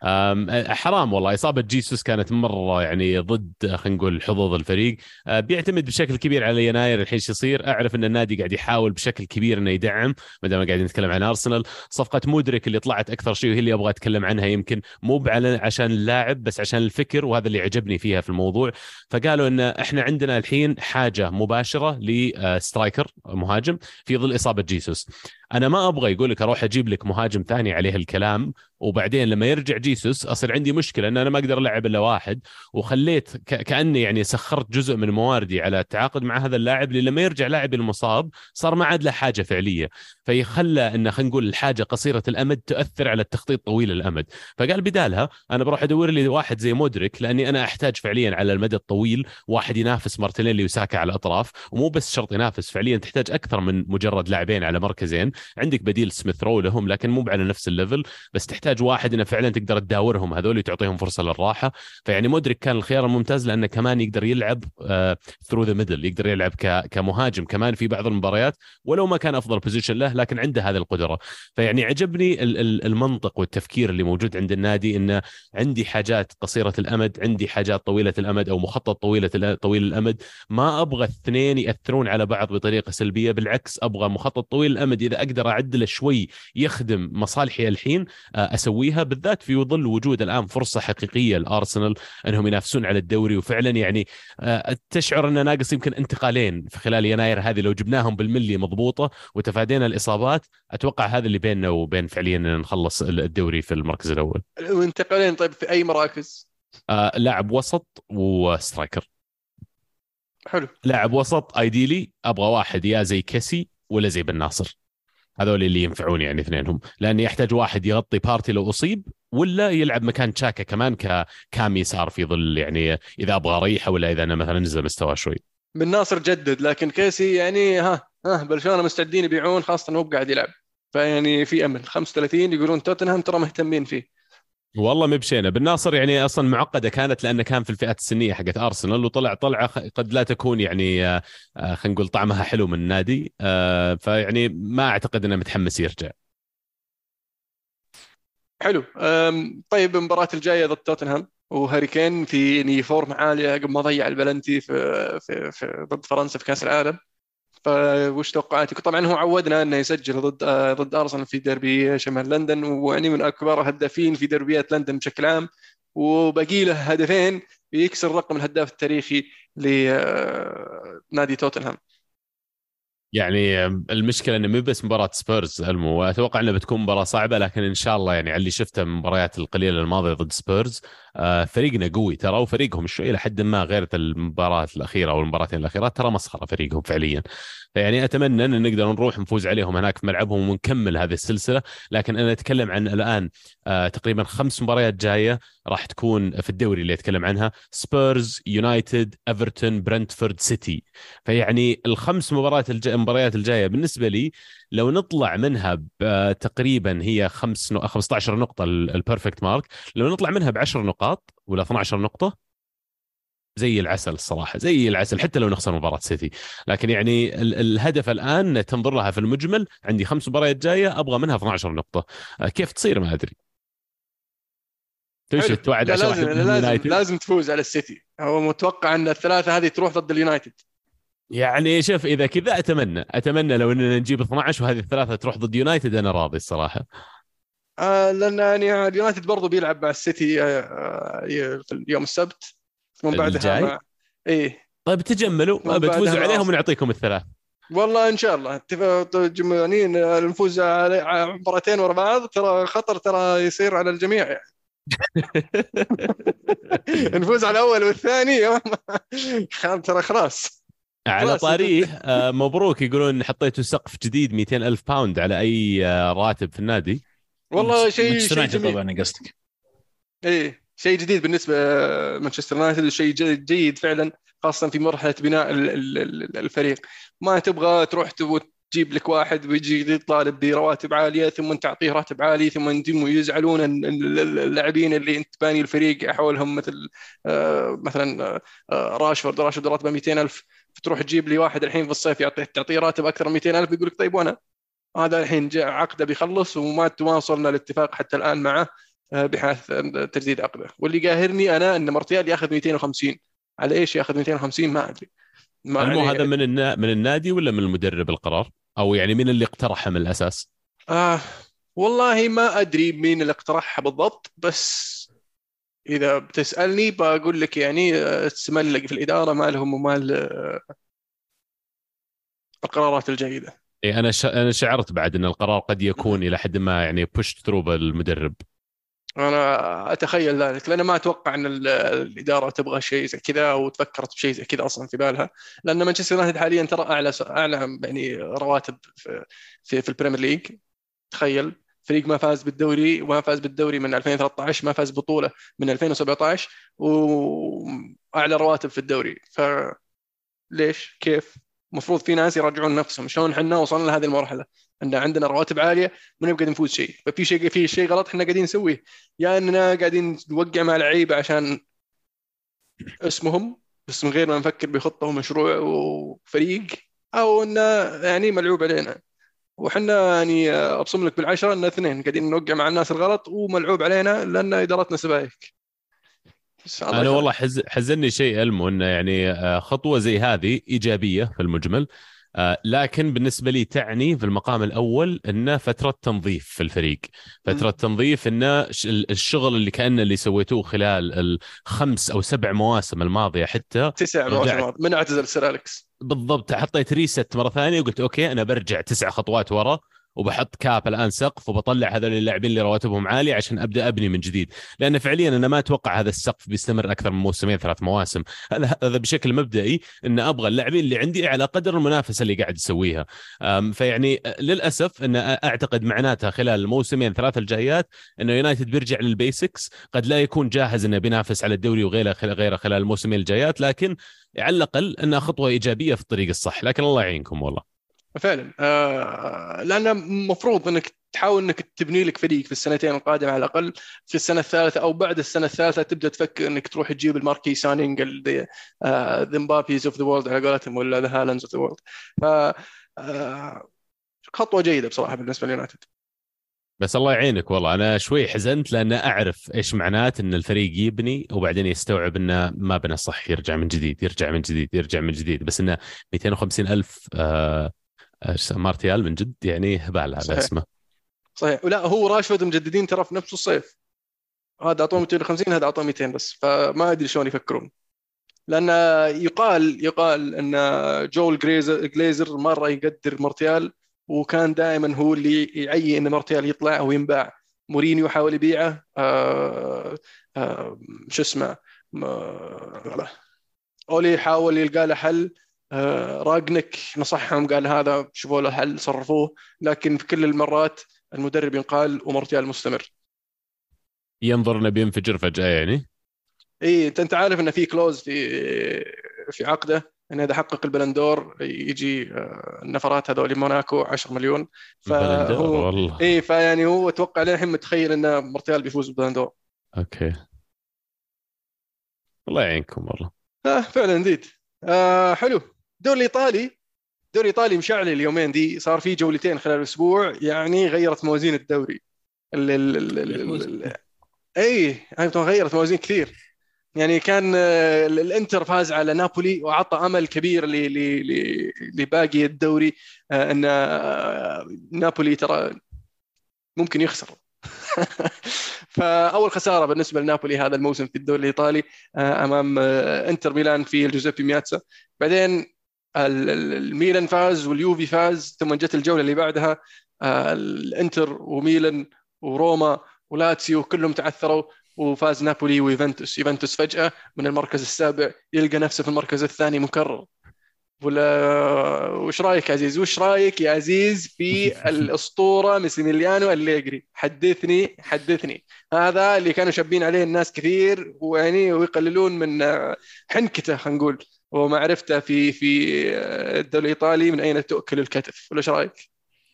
حرام والله. اصابه جيسوس كانت مره يعني ضد خلينا نقول حظوظ الفريق. بيعتمد بشكل كبير على يناير الحين يصير. اعرف ان النادي قاعد يحاول بشكل كبير انه يدعم، ما دام قاعدين نتكلم عن ارسنال. صفقه مودريك اللي طلعت اكثر شيء وهي اللي ابغى اتكلم عنها، يمكن مو عشان اللاعب بس عشان الفكر، وهذا اللي عجبني فيها في الموضوع. فقالوا ان احنا عندنا الحين حاجه مباشره لسترايكر مهاجم في ظل اصابه جيسوس. انا ما ابغى يقول لك اروح اجيب لك مهاجم ثاني عليه الكلام وبعدين لما يرجع جيسوس اصير عندي مشكله ان انا ما اقدر العب الا واحد، وخليت كاني يعني سخرت جزء من مواردي على التعاقد مع هذا اللاعب اللي لما يرجع لاعب المصاب صار ما عاد له حاجه فعليه، فيخلى ان خلينا نقول الحاجه قصيره الامد تؤثر على التخطيط طويل الامد. فقال بدالها انا بروح ادور لي واحد زي مودريك، لاني انا احتاج فعليا على المدى الطويل واحد ينافس مارتينيلي وساكا على الاطراف، ومو بس شرط ينافس، فعليا تحتاج اكثر من مجرد لاعبين على مركزين. عندك بديل سميث رو لهم لكن مو على نفس الليفل، بس تحتاج واحد انه فعلا تقدر تداورهم هذول تعطيهم فرصه للراحه. فيعني مودريك كان الخيار الممتاز لانه كمان يقدر يلعب ثرو ذا ميدل، يقدر يلعب كمهاجم كمان في بعض المباريات ولو ما كان افضل بوزيشن له، لكن عنده هذه القدره. فيعني عجبني المنطق والتفكير اللي موجود عند النادي، انه عندي حاجات قصيره الامد، عندي حاجات طويله الامد او مخطط طويل الامد. ما ابغى الاثنين ياثرون على بعض بطريقه سلبيه، بالعكس ابغى مخطط طويل الامد اذا اقدر اعدله شوي يخدم مصالحي الحين اسويها، بالذات في ظل وجود الان فرصه حقيقيه لارسنال انهم ينافسون على الدوري. وفعلا يعني تشعر ان ناقص يمكن انتقالين في خلال يناير هذه، لو جبناهم بالملي مضبوطه وتفادينا الاصابات اتوقع هذا اللي بيننا وبين فعليا نخلص الدوري في المركز الاول. وانتقالين طيب في اي مراكز؟ لاعب وسط وسترايكر. حلو. لاعب وسط ايديلي ابغى واحد يا زي كيسي ولا زي بن ناصر، هذول اللي ينفعون يعني اثنينهم، لاني يحتاج واحد يغطي بارتي لو اصيب ولا يلعب مكان تشاكا كمان كام يسار في ظل يعني اذا ابغى اريحه ولا اذا انا مثلا نزل مستوى شوي. بن ناصر جدد لكن كيسي يعني ها برشلونه مستعدين يبيعون، خاصه انه قاعد يلعب، فيعني في امل. 35 يقولون توتنهام ترى مهتمين فيه. والله مبشينا. بن ناصر يعني اصلا معقده كانت لانه كان في الفئات السنيه حقت ارسنال وطلع طلعه قد لا تكون يعني خلينا نقول طعمها حلو من النادي، فيعني ما اعتقد انه متحمس يرجع. حلو. طيب المباراة الجاية ضد توتنهام وهاري كين في يعني فورم عالية قبل ما ضيع البلنتي في ضد فرنسا في كأس العالم، فوش توقعاتك؟ طبعا هو عودنا انه يسجل ضد ارسنال في ديربي شمال لندن، ويعني من اكبر هدافين في ديربيات لندن بشكل عام، وبقي له هدفين يكسر رقم الهداف التاريخي لنادي توتنهام. يعني المشكله انه مو بس مباراه سبيرز المو، واتوقع انها بتكون مباراه صعبه، لكن ان شاء الله يعني على اللي شفته من المباريات القليله الماضيه ضد سبيرز، فريقنا قوي ترى، وفريقهم شوي لحد ما غير المباراه الاخيره او المباراتين الاخيرات ترى مسخره فريقهم فعليا. فيعني اتمنى ان نقدر نروح نفوز عليهم هناك في ملعبهم ونكمل هذه السلسله. لكن انا اتكلم عن الان تقريبا 5 مباريات جايه راح تكون في الدوري اللي اتكلم عنها: سبيرز، يونايتد، ايفرتون، برنتفورد، سيتي. فيعني الخمس المباريات الجايه بالنسبه لي لو نطلع منها تقريبا هي 15 نقطه البيرفكت مارك، لو نطلع منها ب10 نقاط ولا 12 نقطه زي العسل الصراحه، زي العسل حتى لو نخسر مباراه سيتي. لكن يعني الهدف الان تنظر لها في المجمل، عندي 5 مباريات جايه ابغى منها 12 نقطه. كيف تصير ما ادري. توش حلو. توعد لا عشان واحد لازم منهم لازم يونايتد. لازم تفوز على السيتي. هو متوقع ان الثلاثه هذه تروح ضد اليونايتد. يعني شوف اذا كذا اتمنى لو اننا نجيب 12 وهذه الثلاثه تروح ضد يونايتد انا راضي الصراحه. لان يعني اليونايتد برضو بيلعب مع السيتي في يوم السبت، ثم بعدها الجاي مع ايه طيب تجملوا ثم بعدها بتفوزوا مع عليهم ارسنال. ونعطيكم الثلاث. والله ان شاء الله يعني نفوز على مباراتين ورا بعض، ترى خطر، ترى يصير على الجميع يعني. نفوز على الاول والثاني ترى خلاص. على خلاص طاريه مبروك، يقولون حطيتوا سقف جديد 200 ألف باوند على أي راتب في النادي. والله مانشستر شيء يونايتد جميل. طبعا قصدك. ايه شيء جديد بالنسبه مانشستر يونايتد، شيء جيد فعلا، خاصه في مرحله بناء الفريق. ما تبغى تروح تجيب لك واحد ويجي يطالب برواتب عاليه ثم انت تعطيه راتب عالي ثم انتم يزعلون اللاعبين اللي انت باني الفريق حولهم، مثل مثلا راشفورد راتبه 200,000، فتروح تجيب لي واحد الحين في الصيف تعطيه راتب اكثر من 200,000، يقول لك طيب وانا هذا الحين جاء عقده بيخلص وما وصلنا لاتفاق حتى الان معه بحث تجديد عقده. واللي قاهرني انا ان مارتيال ياخذ 250. على ايش ياخذ 250 ما ادري. ما المو هذا يعني من النادي ولا من المدرب القرار، أو يعني من اللي اقترحه من الأساس؟ والله ما ادري مين اللي اقترحها بالضبط، بس اذا بتسالني بقول لك يعني تسملق في الاداره مالهم ومال القرارات الجيده. إيه أنا شعرت بعد أن القرار قد يكون إلى حد ما يعني بوش ثرو بالمدرب. انا اتخيل ذلك، لان ما اتوقع ان الاداره تبغى شيء زي كذا او تفكرت بشيء زي كذا اصلا في بالها، لان مانشستر يونايتد حاليا ترى اعلى يعني رواتب في البريمير ليج. تخيل فريق ما فاز بالدوري، وما فاز بالدوري من 2013، ما فاز بطوله من 2017، واعلى رواتب في الدوري. فليش كيف؟ المفروض في ناس يراجعون نفسهم، شلون احنا وصلنا لهذه المرحله ان عندنا رواتب عاليه ما نبغى نفوز شيء؟ في شيء غلط احنا قاعدين نسويه، يا اننا قاعدين نوقع مع لعيبه عشان اسمهم بس من غير ما نفكر بخطه ومشروع وفريق، او انه يعني ملعوب علينا. وحنا يعني ابصم لك بالعشره ان اثنين قاعدين نوقع مع الناس الغلط وملعوب علينا لان ادارتنا سبايك. بس الله أنا والله يخليك. حزني شيء ألمو أنه يعني خطوة زي هذه إيجابية في المجمل، لكن بالنسبة لي تعني في المقام الأول أنه فترة تنظيف في الفريق. فترة تنظيف أنه الشغل اللي اللي سويتوه خلال ال5 أو 7 مواسم الماضية حتى 9 مواسم رجعت. من اعتزل سير اليكس. بالضبط، حطيت ريست مرة ثانية وقلت أوكي أنا برجع 9 خطوات ورا، وبحط كاب الان سقف، وبطلع هذول اللاعبين اللي رواتبهم عاليه عشان ابدا ابني من جديد. لان فعليا انا ما اتوقع هذا السقف بيستمر اكثر من موسمين 3 مواسم. هذا بشكل مبدئي ان ابغى اللاعبين اللي عندي على قدر المنافسه اللي قاعد يسويها. فيعني للاسف ان اعتقد معناتها خلال الموسمين 3 الجايات انه يونايتد بيرجع للبيسكس، قد لا يكون جاهز انه بينافس على الدوري وغيره خلال الموسمين الجايات، لكن على الاقل انها خطوه ايجابيه في الطريق الصح. لكن الله يعينكم والله. فعلا لان المفروض انك تحاول انك تبني لك فريق في السنتين القادمه على الاقل. في السنه الثالثه او بعد السنه الثالثه تبدا تفكر انك تروح تجيب الماركي سانينج، ذا مبابيز اوف ذا وورلد على قولتهم، ولا ذا هالاندز اوف ذا وورلد. ف خطوه جيده بصراحه بالنسبه لليونايتد. بس الله يعينك والله، انا شوي حزنت لان اعرف ايش معنات ان الفريق يبني وبعدين يستوعب انه ما بنى صح، يرجع من جديد يرجع من جديد يرجع من جديد. بس انه 250 الف مارتيال من جد يعني هبال هذا صحيح اسمه. صحيح. ولا هو راشفورد مجددين ترى في نفس الصيف، هذا اعطوه 250 هذا اعطوه 200 بس، فما ادري شلون يفكرون. لأن يقال أن جول جليزر مرة يقدر مارتيال، وكان دائما هو اللي يعين أن مارتيال يطلع أو ينباع. مورينيو حاول يبيعه، شو اسمه، أولي حاول يلقى له حل، راجنك نصحهم قال هذا شوفوا له حل صرفوه، لكن في كل المرات المدرب ينقال ومارتيال مستمر. ينظر انه بينفجر فجأة يعني. اي انت عارف ان في كلوز في عقده ان اذا حقق البلندور يجي النفرات هذول موناكو 10 مليون. البلندور فهو والله. اي فيعني هو اتوقع للحين متخيل ان مارتيال بيفوز بالبلندور. اوكي الله يعينكم والله. فعلا جديد. حلو. الدوري الايطالي مشعل اليومين دي، صار في جولتين خلال الاسبوع يعني غيرت موازين الدوري. اي غيرت موازين كثير. يعني كان الانتر فاز على نابولي وعطى امل كبير لباقي الدوري، ان نابولي ترى ممكن يخسر. فاول خساره بالنسبه لنابولي هذا الموسم في الدوري الايطالي امام انتر ميلان في الجوزيبي مياتسا. بعدين الميلان فاز واليوفي فاز، ثم جت الجوله اللي بعدها الانتر وميلان وروما ولاتسيو كلهم تعثروا، وفاز نابولي ويوفنتوس فجأة من المركز السابع يلقى نفسه في المركز الثاني مكرر. وش رايك يا عزيز؟ وش رايك يا عزيز في الأسطورة ماسيميليانو أليجري؟ حدثني. هذا اللي كانوا شابين عليه الناس كثير، ويعني ويقللون من حنكته خلينا نقول ومعرفته في الدوري الإيطالي من أين تؤكل الكتف. ولا ايش رايك؟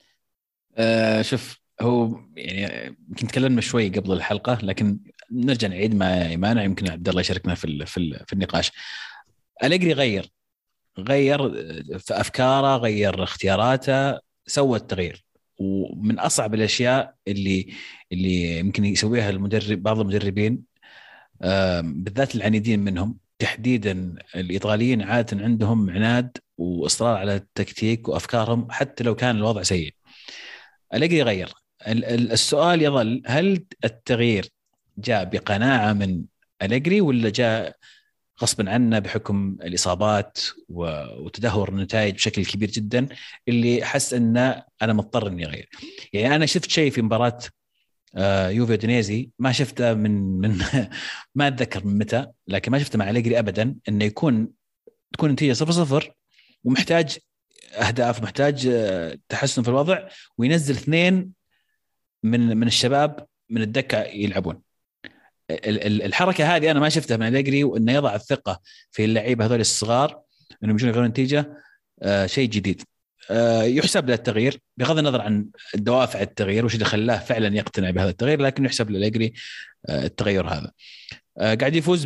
شوف، هو يعني يمكن تكلمنا شوي قبل الحلقة، لكن نرجع نعيد ما يمانع، يمكن عبد الله يشاركنا في النقاش. أليجري غير في أفكاره، غير اختياراته، سوى التغيير. ومن أصعب الأشياء اللي يمكن يسويها بعض المدربين بالذات العنيدين منهم، تحديدا الإيطاليين عادة عندهم عناد وإصرار على التكتيك وأفكارهم حتى لو كان الوضع سيء. أليجري غير. السؤال يظل، هل التغيير جاء بقناعة من أليجري ولا جاء غصبا عنه بحكم الإصابات وتدهور النتائج بشكل كبير جدا اللي حس أن أنا مضطر أني أغير؟ يعني أنا شفت شيء في مباراة يوفي دينيزي ما شفته من ما أتذكر من متى، لكن ما شفته مع أليجري أبدا، أنه تكون نتيجة 0-0 ومحتاج أهداف، محتاج تحسن في الوضع، وينزل 2 من الشباب من الدكة يلعبون. الحركة هذه أنا ما شفتها من أليجري، وإنه يضع الثقة في اللعيبة هذول الصغار إنهم يجون يغيرون نتيجة، شيء جديد يحسب له التغيير بغض النظر عن دوافع التغيير وش اللي خلاه فعلا يقتنع بهذا التغيير، لكن يحسب لأليجري التغير هذا. قاعد يفوز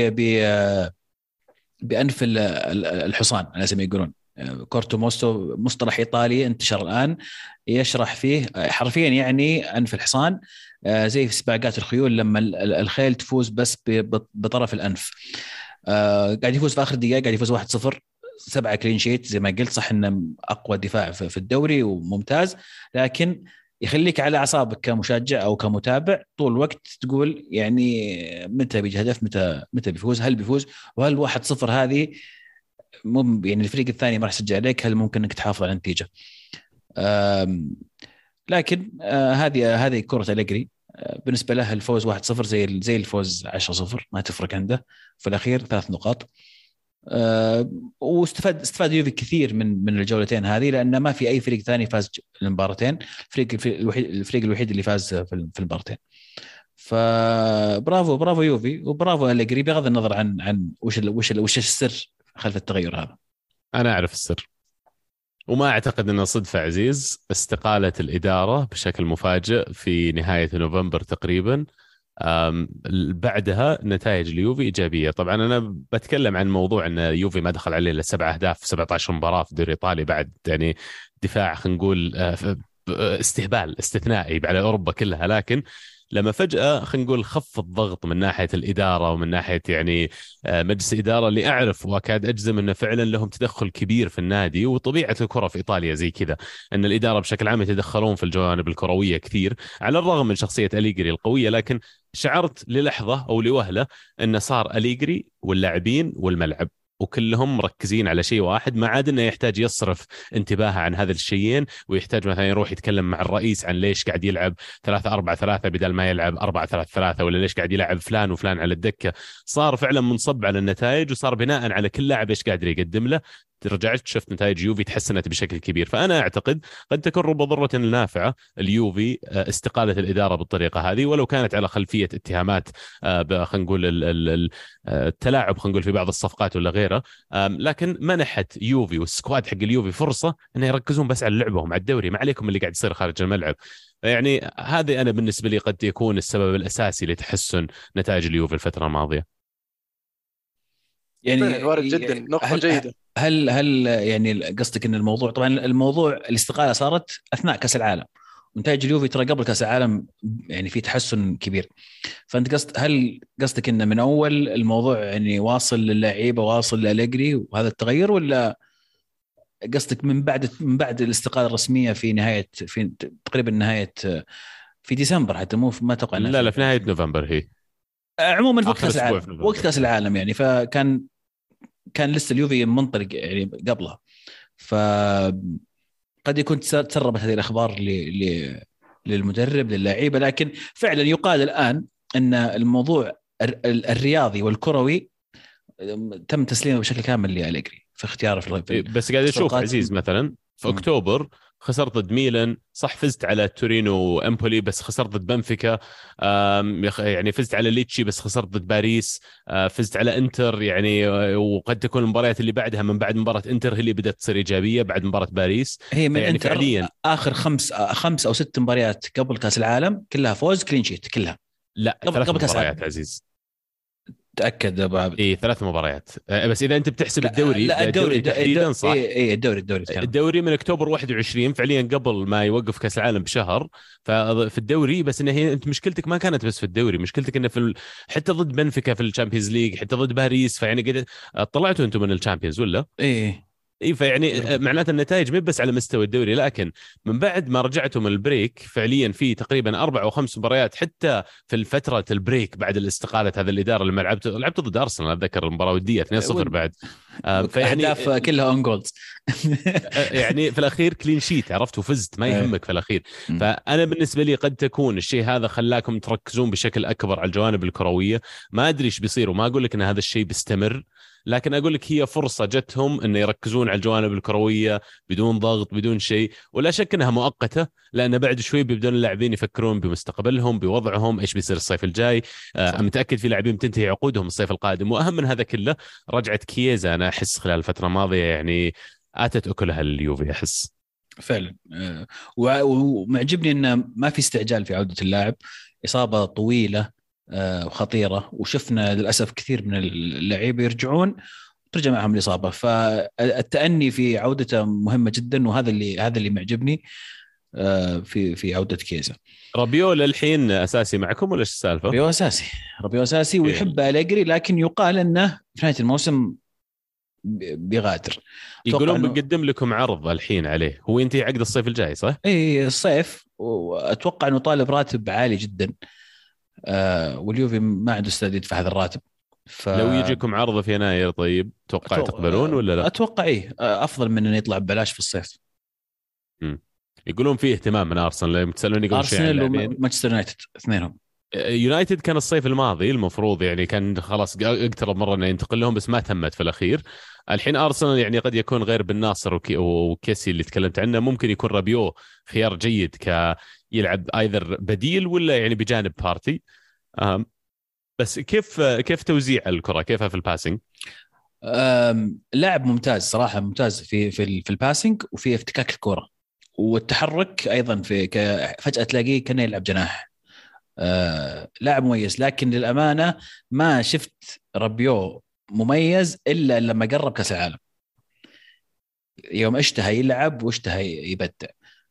بأنف الحصان على زي ما يقولون. كورتو موستو مصطلح إيطالي انتشر الآن يشرح فيه حرفيا يعني أنف الحصان، زي في سباقات الخيول لما الخيل تفوز بس بطرف الأنف. قاعد يفوز في آخر دقيقة، قاعد يفوز 1-0، 7 كلين شيت زي ما قلت، صح إنه أقوى دفاع في الدوري وممتاز، لكن يخليك على أعصابك كمشجع أو كمتابع طول الوقت تقول يعني متى بيجي هدف، متى بيفوز، هل بيفوز، وهل 1-0 هذه يعني الفريق الثاني ما راح يسجل عليك، هل ممكن انك تحافظ على النتيجه؟ لكن هذه كرة أليجري. بالنسبه له الفوز 1-0 زي الفوز 10-0، ما تفرق عنده، في الاخير 3 نقاط. واستفاد يوفي كثير من الجولتين هذه، لان ما في اي فريق ثاني فاز المباراتين، الفريق الوحيد اللي فاز في المباراتين. فبرافو يوفي وبرافو أليجري، بغض النظر عن وش السر خلف التغير هذا. أنا أعرف السر، وما أعتقد أنه صدفة عزيز استقالة الإدارة بشكل مفاجئ في نهاية نوفمبر تقريبا. بعدها نتائج اليوفي إيجابية. طبعا أنا بتكلم عن موضوع أن يوفي ما دخل عليه إلا 7 أهداف في 17 مباراة في الدوري الإيطالي، بعد يعني دفاع خلينا نقول استهبال استثنائي على أوروبا كلها، لكن لما فجأة خلينا نقول خف الضغط من ناحية الإدارة ومن ناحية يعني مجلس الإدارة اللي أعرف وأكاد أجزم أنه فعلا لهم تدخل كبير في النادي، وطبيعة الكرة في إيطاليا زي كذا أن الإدارة بشكل عام يتدخلون في الجوانب الكروية كثير على الرغم من شخصية أليجري القوية، لكن شعرت للحظة أو لوهلة أنه صار أليجري واللاعبين والملعب وكلهم مركزين على شيء واحد، ما عاد انه يحتاج يصرف انتباهه عن هذا الشيئين، ويحتاج مثلا يروح يتكلم مع الرئيس عن ليش قاعد يلعب 3-4-3 بدل ما يلعب 4-3-3، ولا ليش قاعد يلعب فلان وفلان على الدكة. صار فعلا منصب على النتائج، وصار بناء على كل لاعب ايش قاعد يقدم له. رجعت شفت نتائج يوفي تحسنت بشكل كبير. فأنا أعتقد قد تكون رب ضرة النافعة اليوفي استقالة الإدارة بالطريقة هذه، ولو كانت على خلفية اتهامات خلينا نقول التلاعب خلينا نقول في بعض الصفقات ولا غيره. لكن منحت يوفي والسكواد حق اليوفي فرصة انه يركزون بس على لعبهم على الدوري، ما عليكم اللي قاعد يصير خارج الملعب. يعني هذا انا بالنسبة لي قد يكون السبب الأساسي لتحسن نتائج اليوفي الفترة الماضية. يعني وارد جدا، نقطة جيدة. هل يعني قصدك ان الموضوع، طبعا الموضوع الاستقالة صارت اثناء كأس العالم، ونتائج اليوفي ترى قبل كأس العالم يعني في تحسن كبير. فانت هل قصدك ان من اول الموضوع يعني واصل للاعيبه، واصل لأليجري وهذا التغير، ولا قصدك من بعد الاستقاله الرسميه في نهايه، في تقريبا نهايه في ديسمبر، حتى مو ما اتوقع لا في نهاية نوفمبر هي عموما في وقت كاس العالم يعني. فكان لسه اليوفي منطلق يعني قبلها، فقد يكون تسربت هذه الاخبار للمدرب للاعيبه. لكن فعلا يقال الان ان الموضوع الرياضي والكروي تم تسليمه بشكل كامل لأليجري في اختياره في بس قاعد اشوف عزيز مثلا في اكتوبر خسرت ضد ميلان، صح فزت على تورينو وامبولي بس خسرت ضد بنفيكا، يعني فزت على ليتشي بس خسرت ضد باريس، فزت على انتر يعني. وقد تكون المباريات اللي بعدها من بعد مباراة انتر هي اللي بدأت تصير إيجابية بعد مباراة باريس. هي من يعني انتر فعليا آخر 5 أو 6 مباريات قبل كأس العالم كلها فوز كلين شيت كلها. لا قبل كأس العالم عزيز، تأكد ابو عبد. اي 3 مباريات بس اذا انت بتحسب الدوري. لا الدوري تحديدا صح. اي الدوري من اكتوبر 21 فعليا قبل ما يوقف كاس العالم بشهر. ففي الدوري بس انه هي انت مشكلتك ما كانت بس في الدوري، مشكلتك انه في حتى ضد بنفيكا في الشامبيونز ليج، حتى ضد باريس. فيعني قد طلعتوا انتم من الشامبيونز ولا اي فيعني معناته النتائج مو بس على مستوى الدوري، لكن من بعد ما رجعتوا من البريك فعليا في تقريبا 4 أو 5 مباريات حتى في الفتره البريك بعد الاستقاله هذا الاداره لما لعبت ضد ارسنال اتذكر المباراه وديه 2-0 بعد فيعني اهداف كلها اون جولز يعني في الاخير كلين شيت عرفت وفزت ما يهمك في الاخير. فانا بالنسبه لي قد تكون الشيء هذا خلاكم تركزون بشكل اكبر على الجوانب الكرويه. ما ادري ايش بيصير وما اقول لك ان هذا الشيء بيستمر، لكن أقول لك هي فرصة جتهم أن يركزون على الجوانب الكروية بدون ضغط بدون شيء. ولا شك أنها مؤقتة، لأن بعد شوي بيبدون اللاعبين يفكرون بمستقبلهم بوضعهم إيش بيصير الصيف الجاي. متأكد في لاعبين بتنتهي عقودهم الصيف القادم. وأهم من هذا كله رجعت كييزا، أنا أحس خلال الفترة الماضية يعني آتت أكلها اليوفي أحس فعلا. ومعجبني أنه ما في استعجال في عودة اللاعب، إصابة طويلة وخطيرة، وشفنا للأسف كثير من اللاعبين يرجعون ترجع معهم الإصابة. فالتأني في عودته مهمة جدا، وهذا اللي معجبني في عودة كيزا. رابيو للحين أساسي معكم ولا إيش السالفة؟ رابيو أساسي ويحب أليجري، لكن يقال أنه في نهاية الموسم بيغادر. يقولون بيقدم لكم عرض الحين عليه، هو ينتهي عقد الصيف الجاي صح؟ اي الصيف، وأتوقع أنه طالب راتب عالي جدا، واليوفي ما عنده استعداد يدفع هذا الراتب. لو يجيكم عرض في يناير طيب توقع تقبلون ولا لا؟ اتوقع افضل من انه يطلع ببلاش في الصيف. يقولون فيه اهتمام من ارسنال، لما تسالوني يقولون ارسنال ومانشستر يونايتد اثنينهم. يونايتد كان الصيف الماضي المفروض يعني كان خلاص اقترب مره انه ينتقل لهم بس ما تمت في الاخير. الحين ارسنال يعني قد يكون غير بن ناصر وكيسي اللي تكلمت عنه، ممكن يكون رابيو خيار جيد يلعب ايذر بديل ولا يعني بجانب بارتي. بس كيف توزيع الكره كيفها في الباسنج؟ لاعب ممتاز صراحه، ممتاز في الباسنج وفي افتكاك الكره والتحرك ايضا. فجاه تلاقيه كانه يلعب جناح. لاعب مميز، لكن للامانه ما شفت رابيو مميز الا لما قرب كاس العالم، يوم اشتهى يلعب واشتهى يبدع.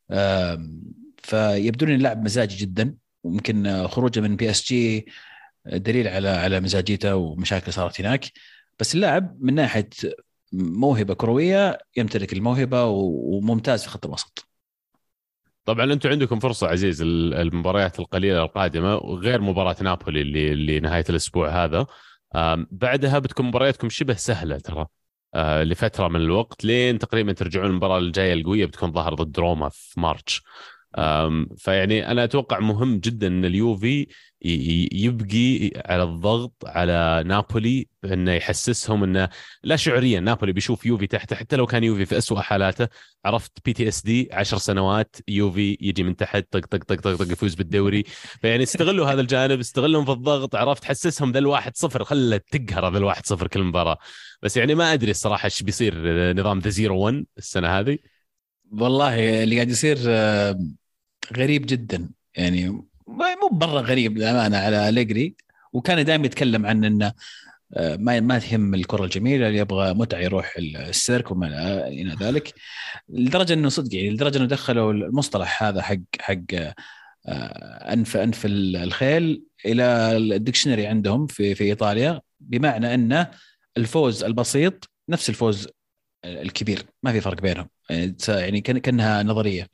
فيبدو لي اللاعب مزاجي جدا، وممكن خروجه من PSG دليل على مزاجيته ومشاكل صارت هناك. بس اللاعب من ناحيه موهبه كرويه يمتلك الموهبه وممتاز في خط الوسط. طبعا انتم عندكم فرصه عزيز، المباريات القليله القادمه غير مباراه نابولي اللي نهايه الاسبوع هذا، بعدها بتكون مبارياتكم شبه سهله ترى، لفتره من الوقت لين تقريبا ترجعون المباراه الجايه القويه بتكون ظهر ضد روما في مارتش. فيعني انا اتوقع مهم جدا ان اليوفي يبقي على الضغط على نابولي، انه يحسسهم انه لا شعوريا نابولي بيشوف يوفي تحت، حتى لو كان يوفي في أسوأ حالاته. عرفت PTSD 10 سنوات يوفي يجي من تحت طق طق طق طق طق يفوز بالدوري. فيعني استغلوا هذا الجانب، استغلهم في الضغط، عرفت حسسهم ذا الواحد صفر، خلت تقهر ذا الواحد صفر كل مباراة. بس يعني ما ادري الصراحة ايش بيصير نظام ذا 0-1 السنة هذه. والله اللي قاعد يصير غريب جدا، يعني مو برا غريب للأمانة على أليجري. وكان دائما يتكلم عن أنه ما تهم الكرة الجميلة، اللي يبغى متعة يروح السيرك وما إلى ذلك. لدرجة أنه صدق، يعني لدرجة أنه دخلوا المصطلح هذا حق أنف الخيل إلى الدكشنري عندهم في إيطاليا، بمعنى أن الفوز البسيط نفس الفوز الكبير، ما في فرق بينهم. يعني كأنها نظرية.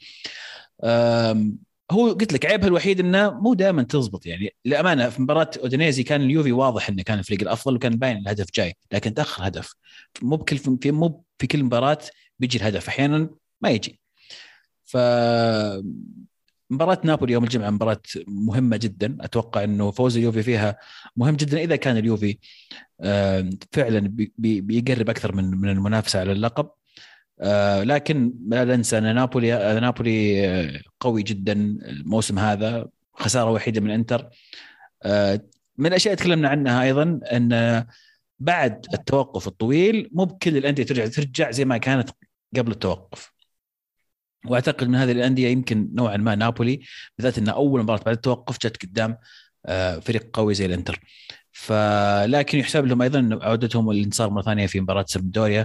هو قلت لك عيبها الوحيد انه مو دائما تزبط. يعني للامانه في مباراه اودينيزي كان اليوفي واضح انه كان الفريق الافضل وكان باين الهدف جاي، لكن تاخر هدف. مو في كل مباراه بيجي الهدف، احيانا ما يجي. ف مباراة نابولي يوم الجمعة مباراة مهمة جدا، أتوقع أنه فوز اليوفي فيها مهم جدا إذا كان اليوفي فعلا بيقرب أكثر من المنافسة على اللقب. لكن لا ننسى أن نابولي قوي جدا الموسم هذا، خسارة وحيدة من إنتر. من الأشياء تكلمنا عنها أيضا أن بعد التوقف الطويل مو بكل الأندية ترجع زي ما كانت قبل التوقف. واعتقد من هذه الانديه يمكن نوعا ما نابولي بالذات انه اول مباراه بعد التوقف جت قدام فريق قوي زي الانتر. فلكن يحسب لهم ايضا عودتهم الانتصار مره ثانيه في مباراه سامدوريا،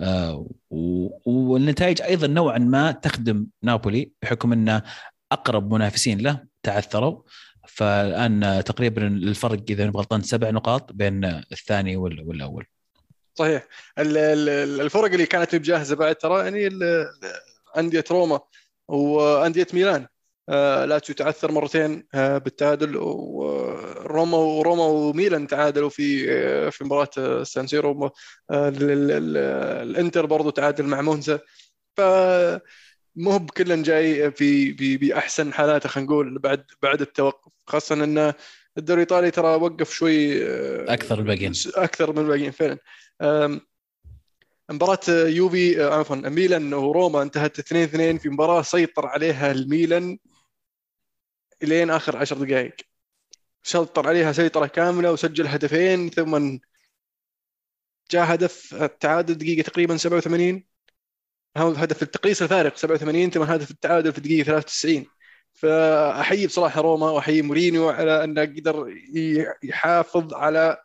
والنتائج ايضا نوعا ما تخدم نابولي بحكم ان اقرب منافسين له تعثروا. فالان تقريبا الفرق اذا غلطان 7 نقاط بين الثاني والاول. صحيح. الفرق اللي كانت مجهزه بعد ترى يعني أندية روما وأندية ميلان، لاتسيو تعثر مرتين بالتعادل، وروما وميلان تعادلوا في مباراة سانسيرو. الانتر برضو تعادل مع مونزا. فمو بكل جاي في بأحسن حالاته، خلينا نقول بعد التوقف، خاصة أن الدوري الإيطالي ترى وقف شوي أكثر من الباقيين فعلا. مباراة يوفي عفوا ميلان وروما انتهت 2-2 في مباراة سيطر عليها الميلان لين آخر 10 دقائق، سيطر عليها سيطرة كاملة وسجل هدفين، ثم جاء هدف التعادل دقيقة تقريبا 87، هدف التقليص الفارق 87، ثم هدف التعادل في دقيقة 93. فأحيي بصراحة روما وأحيي مورينيو على أنه قدر يحافظ على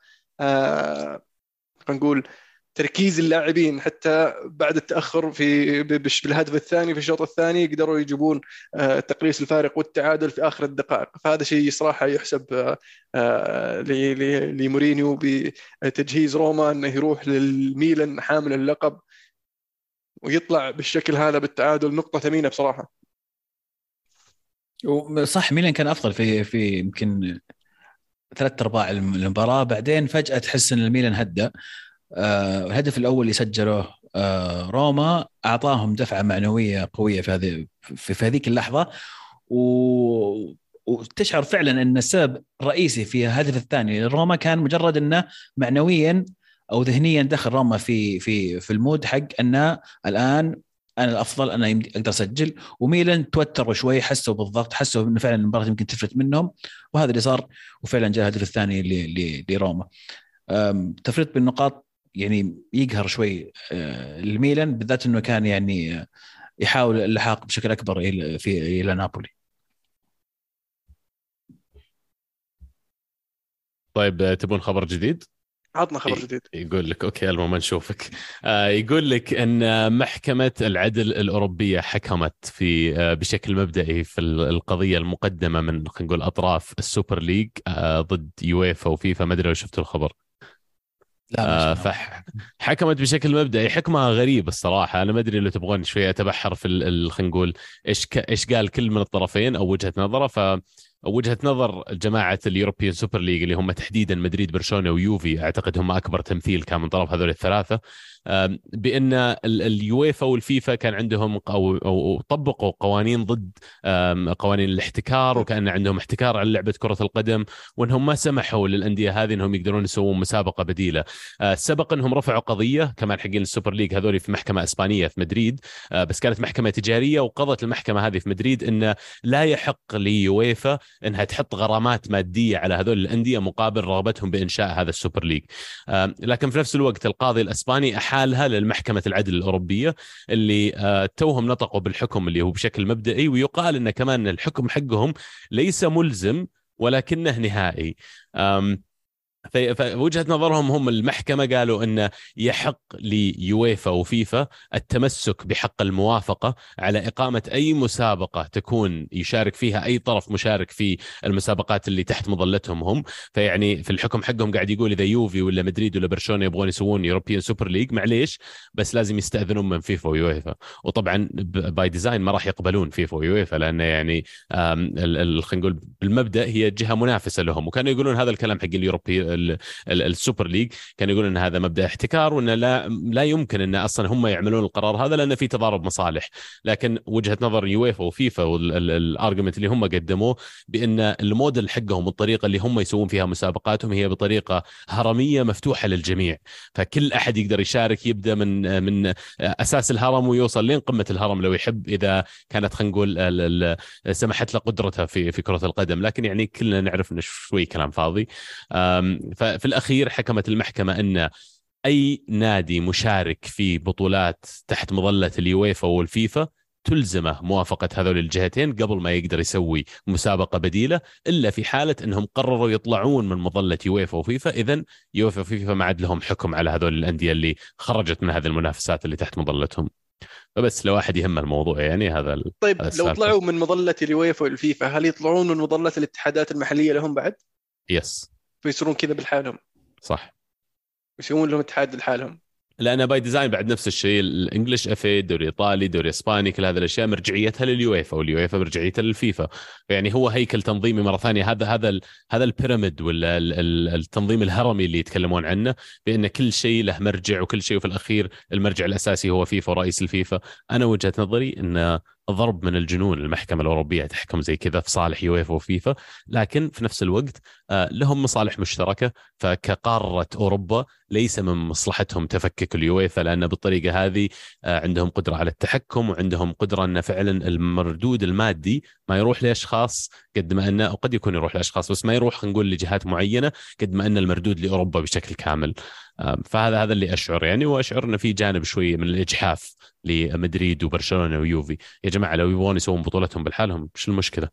نقول تركيز اللاعبين حتى بعد التأخر بالهدف الثاني في الشوط الثاني، قدروا يجيبون تقليص الفارق والتعادل في آخر الدقائق. فهذا شيء صراحة يحسب لمورينيو بتجهيز روما أنه يروح للميلان حامل اللقب ويطلع بالشكل هذا بالتعادل، نقطة ثمينة بصراحة. صح، ميلان كان أفضل في يمكن 3/4 المباراة، بعدين فجأة تحس أن الميلان هدأ. الهدف الأول اللي سجله روما أعطاهم دفعة معنوية قوية في هذيك اللحظة، وتشعر فعلا أن السبب الرئيسي في الهدف الثاني لروما كان مجرد أنه معنويا أو ذهنيا دخل روما في المود حق أنه الآن أنا الأفضل، أنا أقدر أسجل. وميلان توتروا شوي، حسوا بالضغط، حسوا أنه فعلا المباراة يمكن تفلت منهم، وهذا اللي صار. وفعلا جاء الهدف الثاني لروما. تفريط بالنقاط يعني يقهر شوي الميلان، بالذات انه كان يعني يحاول اللحاق بشكل اكبر الى نابولي. طيب تبون خبر جديد؟ عطنا خبر جديد. يقول لك اوكي المهم نشوفك. يقول لك ان محكمة العدل الأوروبية حكمت بشكل مبدئي في القضية المقدمة من خلينا نقول اطراف السوبر ليج ضد يويفا وفيفا. ما ادري لو شفتوا الخبر. لا ما اسمع. فحكمت بشكل مبدئي حكمها غريب الصراحة. أنا ما أدري لو تبغون شوية أتبحر في خلينا نقول إيش قال كل من الطرفين أو وجهة نظره. وجهة نظر جماعة اليوروبيان سوبر ليج اللي هم تحديدا مدريد برشلونة ويوفي، أعتقد هم أكبر تمثيل كان من طرف هذول الثلاثة، بأن اليويفا والفيفا كان عندهم أو طبقوا قوانين ضد قوانين الاحتكار، وكان عندهم احتكار على لعبة كرة القدم، وأنهم ما سمحوا للأندية هذه أنهم يقدرون يسوون مسابقة بديلة. سبق أنهم رفعوا قضية كمان حقين السوبر ليج هذول في محكمة إسبانية في مدريد، بس كانت محكمة تجارية، وقضت المحكمة هذه في مدريد أن لا يحق ليويفا انها تحط غرامات ماديه على هذول الانديه مقابل رغبتهم بانشاء هذا السوبر ليج. لكن في نفس الوقت القاضي الاسباني احالها للمحكمه العدل الاوروبيه اللي توهم نطقوا بالحكم اللي هو بشكل مبدئي، ويقال ان كمان الحكم حقهم ليس ملزم ولكنه نهائي. فوجهة نظرهم هم المحكمة قالوا أن يحق ليويفا وفيفا التمسك بحق الموافقة على إقامة أي مسابقة تكون يشارك فيها أي طرف مشارك في المسابقات اللي تحت مظلتهم هم. فيعني في الحكم حقهم قاعد يقول إذا يوفي ولا مدريد ولا برشلونة يبغون يسوون يوروبيان سوبر ليج معليش، بس لازم يستأذنون من فيفا ويويفا. وطبعا باي ديزاين ما راح يقبلون فيفا ويويفا، لأن يعني خلينا نقول بالمبدأ هي جهة منافسة لهم، وكانوا يقولون هذا الكلام حق اليوروبي السوبر ليج، كان يقولون ان هذا مبدا احتكار، وان لا يمكن ان اصلا هم يعملون القرار هذا لان في تضارب مصالح. لكن وجهه نظر يويفا وفيفا والارجيومنت اللي هم قدموه بان الموديل حقهم والطريقه اللي هم يسوون فيها مسابقاتهم هي بطريقه هرميه مفتوحه للجميع، فكل احد يقدر يشارك، يبدا من اساس الهرم ويوصل لين قمه الهرم لو يحب، اذا كانت خلينا نقول سمحت له قدرتها في كره القدم. لكن يعني كلنا نعرف انه شوي كلام فاضي. ففي الأخير حكمت المحكمة أن أي نادي مشارك في بطولات تحت مظلة اليويفا والفيفا تلزمه موافقة هذول الجهتين قبل ما يقدر يسوي مسابقة بديلة، إلا في حالة أنهم قرروا يطلعون من مظلة يويفا وفيفا. إذن يويفا وفيفا ما عاد لهم حكم على هذول الأندية اللي خرجت من هذه المنافسات اللي تحت مظلتهم. فبس لو أحد يهم الموضوع يعني هذا. طيب هذا لو طلعوا من مظلة اليويفا والفيفا، هل يطلعون من مظلة الاتحادات المحلية لهم بعد؟ يس فيصيرون كذا بالحالهم؟ صح، يسوون لهم اتحاد لحالهم. لأن باي ديزاين بعد نفس الشيء، الانجليش اف اي، الدوري الايطالي، الدوري الاسباني، كل هذه الاشياء مرجعيتها لليويفا واليويفا مرجعيتها للفيفا. يعني هو هيكل تنظيمي مره ثانيه. هذا البيراميد ولا التنظيم الهرمي اللي يتكلمون عنه، بان كل شيء له مرجع وكل شيء، وفي الاخير المرجع الاساسي هو فيفا ورئيس الفيفا. انا وجهة نظري ان ضرب من الجنون المحكمة الأوروبية تحكم زي كذا في صالح يويفا وفيفا، لكن في نفس الوقت لهم مصالح مشتركة. فكقارة أوروبا ليس من مصلحتهم تفكك اليويفا، لأن بالطريقة هذه عندهم قدرة على التحكم، وعندهم قدرة أن فعلا المردود المادي ما يروح لأشخاص قد ما أنه، وقد يكون يروح لأشخاص بس ما يروح خلينا نقول لجهات معينة، قد ما أن المردود لأوروبا بشكل كامل. فهذا اللي أشعر يعني، وأشعر أن في جانب شوي من الإجحاف لمدريد وبرشلونة ويوفي. يا جماعة لو يبغون يسوون بطولتهم بالحالهم إيش المشكلة؟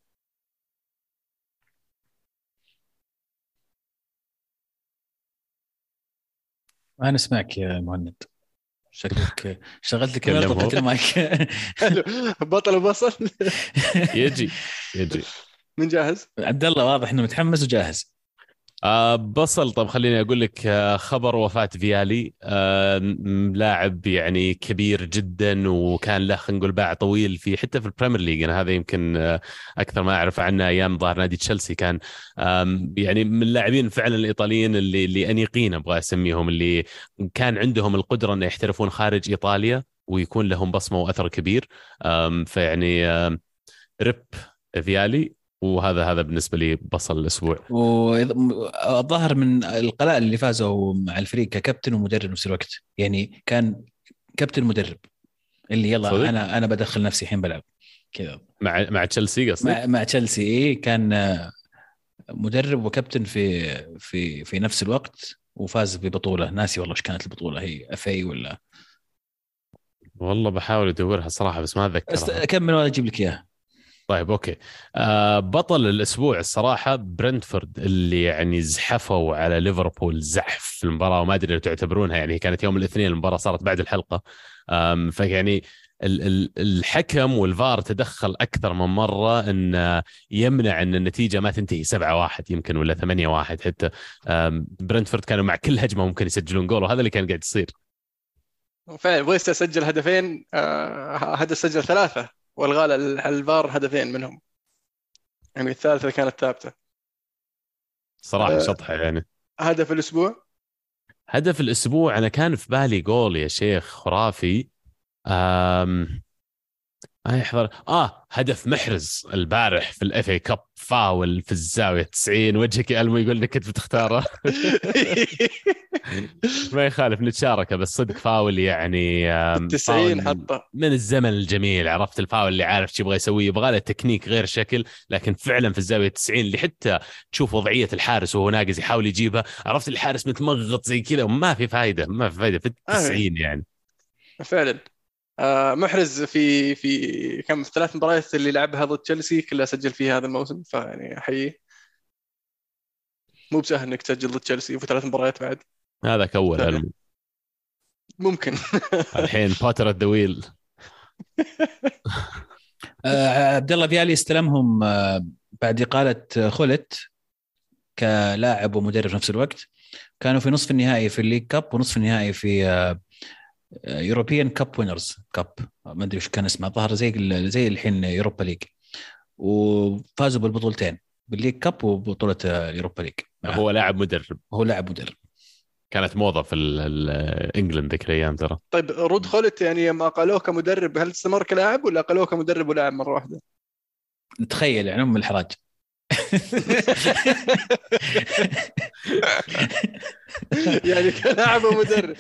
ما نسمعك يا مهند، شكلك شغلت لك كلمه. طفيت المايك. حلو. بطل وبصل. يجي من جاهز؟ عبد الله واضح انه متحمس وجاهز. بصل. طب خليني أقول لك خبر وفاة فيالي، لاعب يعني كبير جدا، وكان له خلينا نقول باع طويل في حتى في البريمير ليج. أنا هذا يمكن أكثر ما أعرف عنه أيام ظهر نادي تشيلسي. كان يعني من اللاعبين فعلا الإيطاليين اللي أنيقين أبغى أسميهم، اللي كان عندهم القدرة أن يحترفون خارج إيطاليا ويكون لهم بصمة وأثر كبير. فيعني ريب فيالي. وهذا بالنسبه لي بصل الاسبوع. والظاهر من القلائل اللي فازوا مع الفريق ككابتن ومدرب نفس الوقت، يعني كان كابتن مدرب اللي يلا صدق؟ انا بدخل نفسي الحين بلعب كذا مع تشيلسي قصدك؟ مع تشيلسي. إيه كان مدرب وكابتن في نفس الوقت، وفاز ببطوله. ناسي والله ايش كانت البطوله، هي افي ولا؟ والله بحاول ادورها صراحه بس ما اتذكرها. كمل وانا اجيب لك اياها. طيب اوكي. بطل الاسبوع الصراحه برنتفورد، اللي يعني زحفوا على ليفربول زحف في المباراه، وما ادري لو تعتبرونها يعني كانت يوم الاثنين، المباراه صارت بعد الحلقه. فيعني الحكم والفار تدخل اكثر من مره ان يمنع ان النتيجه ما تنتهي 7-1 يمكن ولا 8-1 حتى. برنتفورد كانوا مع كل هجمه ممكن يسجلون جول، وهذا اللي كان قاعد يصير. فعلا ويستا سجل هدفين، هدف سجل 3 والغى الفار هدفين منهم، يعني الثالثة كانت ثابتة. صراحه شطحه يعني. هدف الأسبوع، هدف الاسبوع انا كان في بالي جول يا شيخ خرافي. يحضر هدف محرز البارح في الاف اي كاب، فاول في الزاويه 90. وجهك يا المو يقول انك كنت بتختاره. ما يخالف نتشاركه، بس صدق فاول يعني. 90 حتى من الزمن الجميل، عرفت الفاول اللي عارف شو يبغى يسويه، يبغى له تكنيك غير شكل، لكن فعلا في الزاويه 90 اللي حتى تشوف وضعيه الحارس وهو ناقز يحاول يجيبها، عرفت الحارس متمغط زي كذا وما في فايده، ما في فايده في 90 يعني. فعلا. محرز في كم 3 مباريات اللي لعبها ضد تشيلسي كلها سجل فيها هذا الموسم، فيعني احييه. مو بسهل انك تسجل ضد تشيلسي وفي 3 مباريات بعد. هذاك اول علم. ممكن. الحين بوتر الدويل. عبد الله فيالي استلمهم بعد إقالة خلت كلاعب ومدرب في نفس الوقت. كانوا في نصف النهائي في الليج كاب ونصف النهائي في يوروبيان كاب وينرز كاب، ما ادري وش كان اسمه، ظهر زي الحين يوروبا ليج، وفازوا بالبطولتين، بالليج كاب وبطولة يوروبا ليج. هو لاعب مدرب. هو لاعب مدرب. كانت موضة في انجلند ذيك الايام ترى. طيب رود خلت يعني ما قالوه كمدرب، هل استمر كلاعب ولا قالوه كمدرب ولاعب مرة واحدة؟ تخيل يعني ام الحراج. يعني كلاعب ومدرب.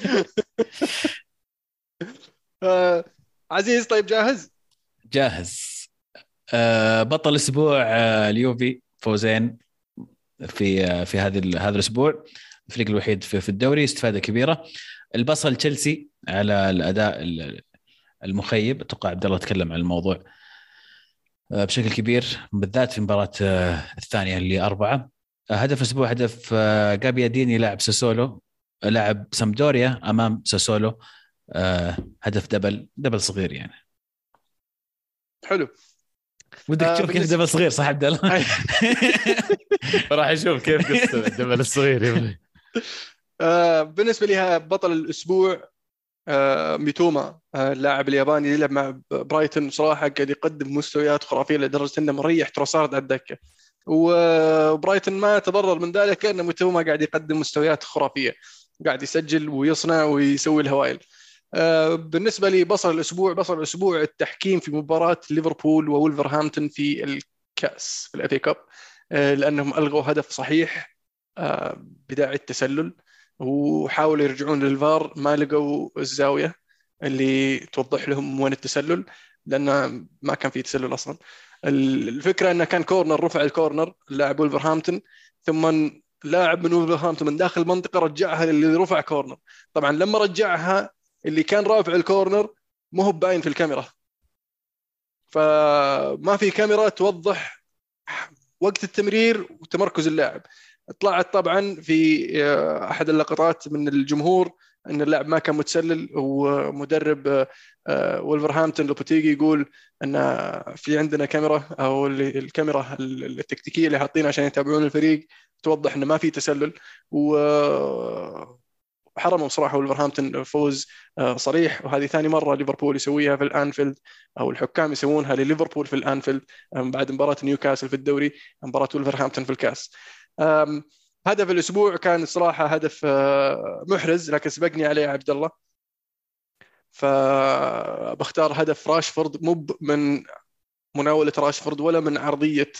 عزيز طيب جاهز؟ جاهز. بطل الاسبوع اليوفي، فوزين في هذا الاسبوع، الفريق الوحيد في الدوري، استفاده كبيره. البصل تشيلسي على الاداء المخيب، اتوقع عبد الله تكلم عن الموضوع بشكل كبير، بالذات في المباراه الثانيه اللي 4. هدف الاسبوع هدف جابياديني لاعب ساسولو، لاعب سامدوريا امام ساسولو، هدف دبل صغير يعني. حلو. ودك تشوف كيف دبل صغير صح عبد الله؟ راح اشوف كيف قصة الدبل الصغير يا ابني. بالنسبه لي بطل الاسبوع ميتوما، اللاعب الياباني يلعب مع برايتون، صراحه قاعد يقدم مستويات خرافيه لدرجه انه مريح تروسارد على الدكه، وبرايتون ما تضرر من ذلك لان ميتوما قاعد يقدم مستويات خرافيه، قاعد يسجل ويصنع ويسوي الهوائل. بالنسبه لي بصل الاسبوع التحكيم في مباراه ليفربول وولفرهامبتون في الكاس في الافي كاب، لانهم الغوا هدف صحيح بداعي التسلل، وحاولوا يرجعون للفار ما لقوا الزاويه اللي توضح لهم وين التسلل، لان ما كان في تسلل اصلا. الفكره انه كان كورنر، رفع الكورنر اللاعب ولفرهامبتون، ثم لاعب من ولفرهامبتون من داخل المنطقه رجعها للي رفع كورنر. طبعا لما رجعها اللي كان رافع الكورنر مو هو باين في الكاميرا، فما في كاميرا توضح وقت التمرير وتمركز اللاعب. طلعت طبعا في احد اللقطات من الجمهور ان اللاعب ما كان متسلل، ومدرب وولفرهامبتون لوبوتيجي يقول ان في عندنا كاميرا، او الكاميرا التكتيكيه اللي حاطينها عشان يتابعون الفريق توضح انه ما في تسلل، وحرموا صراحه وولفرهامبتون فوز صريح. وهذه ثاني مره ليفربول يسويها في الانفيلد، او الحكام يسوونها لليفربول في الانفيلد بعد مباراه نيوكاسل في الدوري، مباراه وولفرهامبتون في الكاس. هدف الأسبوع كان صراحة هدف محرز، لكن سبقني عليه عبد الله، فبختار هدف راشفورد، مو من مناولة راشفورد ولا من عرضية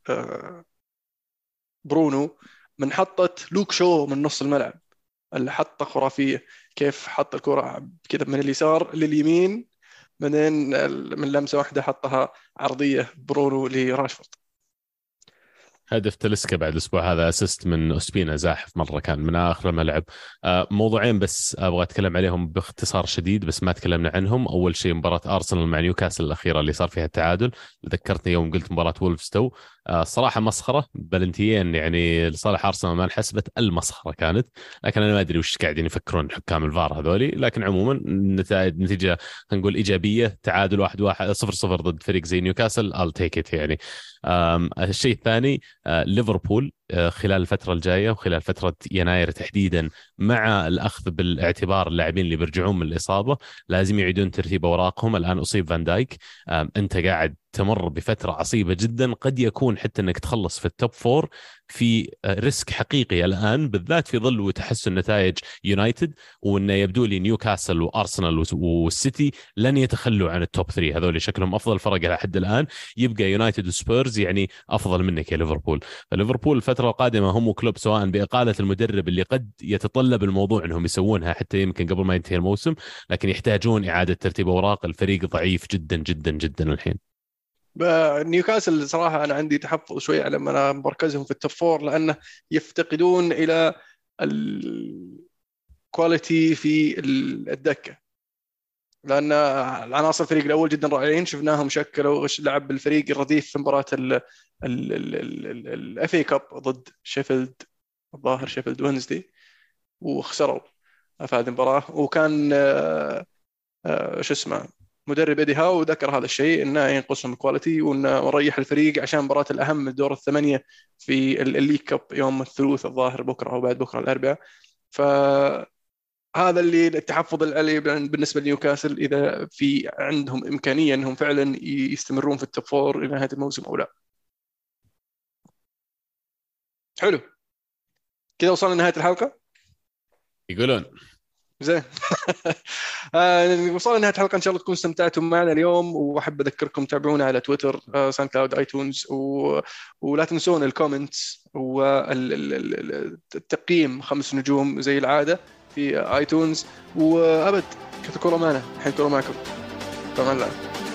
برونو، من حطة لوك شو من نص الملعب، اللي حطة خرافية، كيف حط الكرة كذا من اليسار لليمين، من لمسة واحدة حطها عرضية برونو لراشفورد. هدف تلسكا بعد الأسبوع هذا أسيست من أوسبينا زاحف مرة، كان من آخر الملعب. موضوعين بس أبغى أتكلم عليهم باختصار شديد بس ما تكلمنا عنهم. أول شيء مباراة أرسنال مع نيوكاسل الأخيرة اللي صار فيها التعادل، ذكرتني يوم قلت مباراة وولفستو. صراحة مسخرة بلنتيين يعني لصالح أرسنال، ما انحسبت المسخرة كانت، لكن أنا ما أدري وش قاعدين يفكرون حكام الفار هذولي. لكن عموما نتيجة نقول إيجابية، تعادل 1-1 0-0 ضد فريق زي نيوكاسل I'll take it يعني. الشيء الثاني ليفربول خلال الفترة الجاية وخلال فترة يناير تحديدا، مع الأخذ بالاعتبار اللاعبين اللي بيرجعون من الإصابة لازم يعيدون ترتيب أوراقهم. الآن أصيب فان دايك، أنت قاعد تمر بفترة عصيبة جدا، قد يكون حتى أنك تخلص في التوب فور في ريسك حقيقي الآن، بالذات في ظل وتحسن نتائج يونايتد، وأنه يبدو لي نيوكاسل وأرسنال والسيتي لن يتخلوا عن التوب 3 هذول، شكلهم أفضل فرق على حد الآن. يبقى يونايتد وسبيرز يعني أفضل منك يا ليفربول. فليفربول الفترة القادمة هم كلوب سواء بإقالة المدرب اللي قد يتطلب الموضوع أنهم يسوونها حتى يمكن قبل ما ينتهي الموسم، لكن يحتاجون إعادة ترتيب أوراق. الفريق ضعيف جدا جدا جدا الحين. نيوكاسل صراحة أنا عندي تحفظ شوي على ما مركزهم في التوب فور، لأنه يفتقدون إلى الكواليتي في الدكة، لأن العناصر الفريق الأول جدا رائعين، شفناهم شكلوا لعب الفريق الرديف في مباراة الأفي كاب ضد شيفيلد، الظاهر شيفيلد وينزدي، وخسروا في هذه المباراة. وكان شو اسمه مدرب إيدي هاو ذكر هذا الشيء، إنه ينقصهم الكواليتي وإنه نريح الفريق عشان مباراة الأهم الدور الثمانية في الليج كاب يوم الثلاثاء الظاهر بكرة أو بعد بكرة الأربعاء. فهذا اللي التحفظ العلي بالنسبة لنيوكاسل، إذا في عندهم إمكانية إنهم فعلا يستمرون في التوب فور إلى نهاية الموسم أو لا. حلو كذا وصلنا لنهاية الحلقة يقولون زين. وصلنا لنهاية الحلقة، إن شاء الله تكونوا استمتعتوا معنا اليوم، وأحب أذكركم تابعونا على تويتر ساوند كلاود آيتونز، ولا تنسون الكومنتس والتقييم 5 نجوم زي العادة في آيتونز. وأبد كنتوا كورة معنا، الحين كورة معكم. تمام.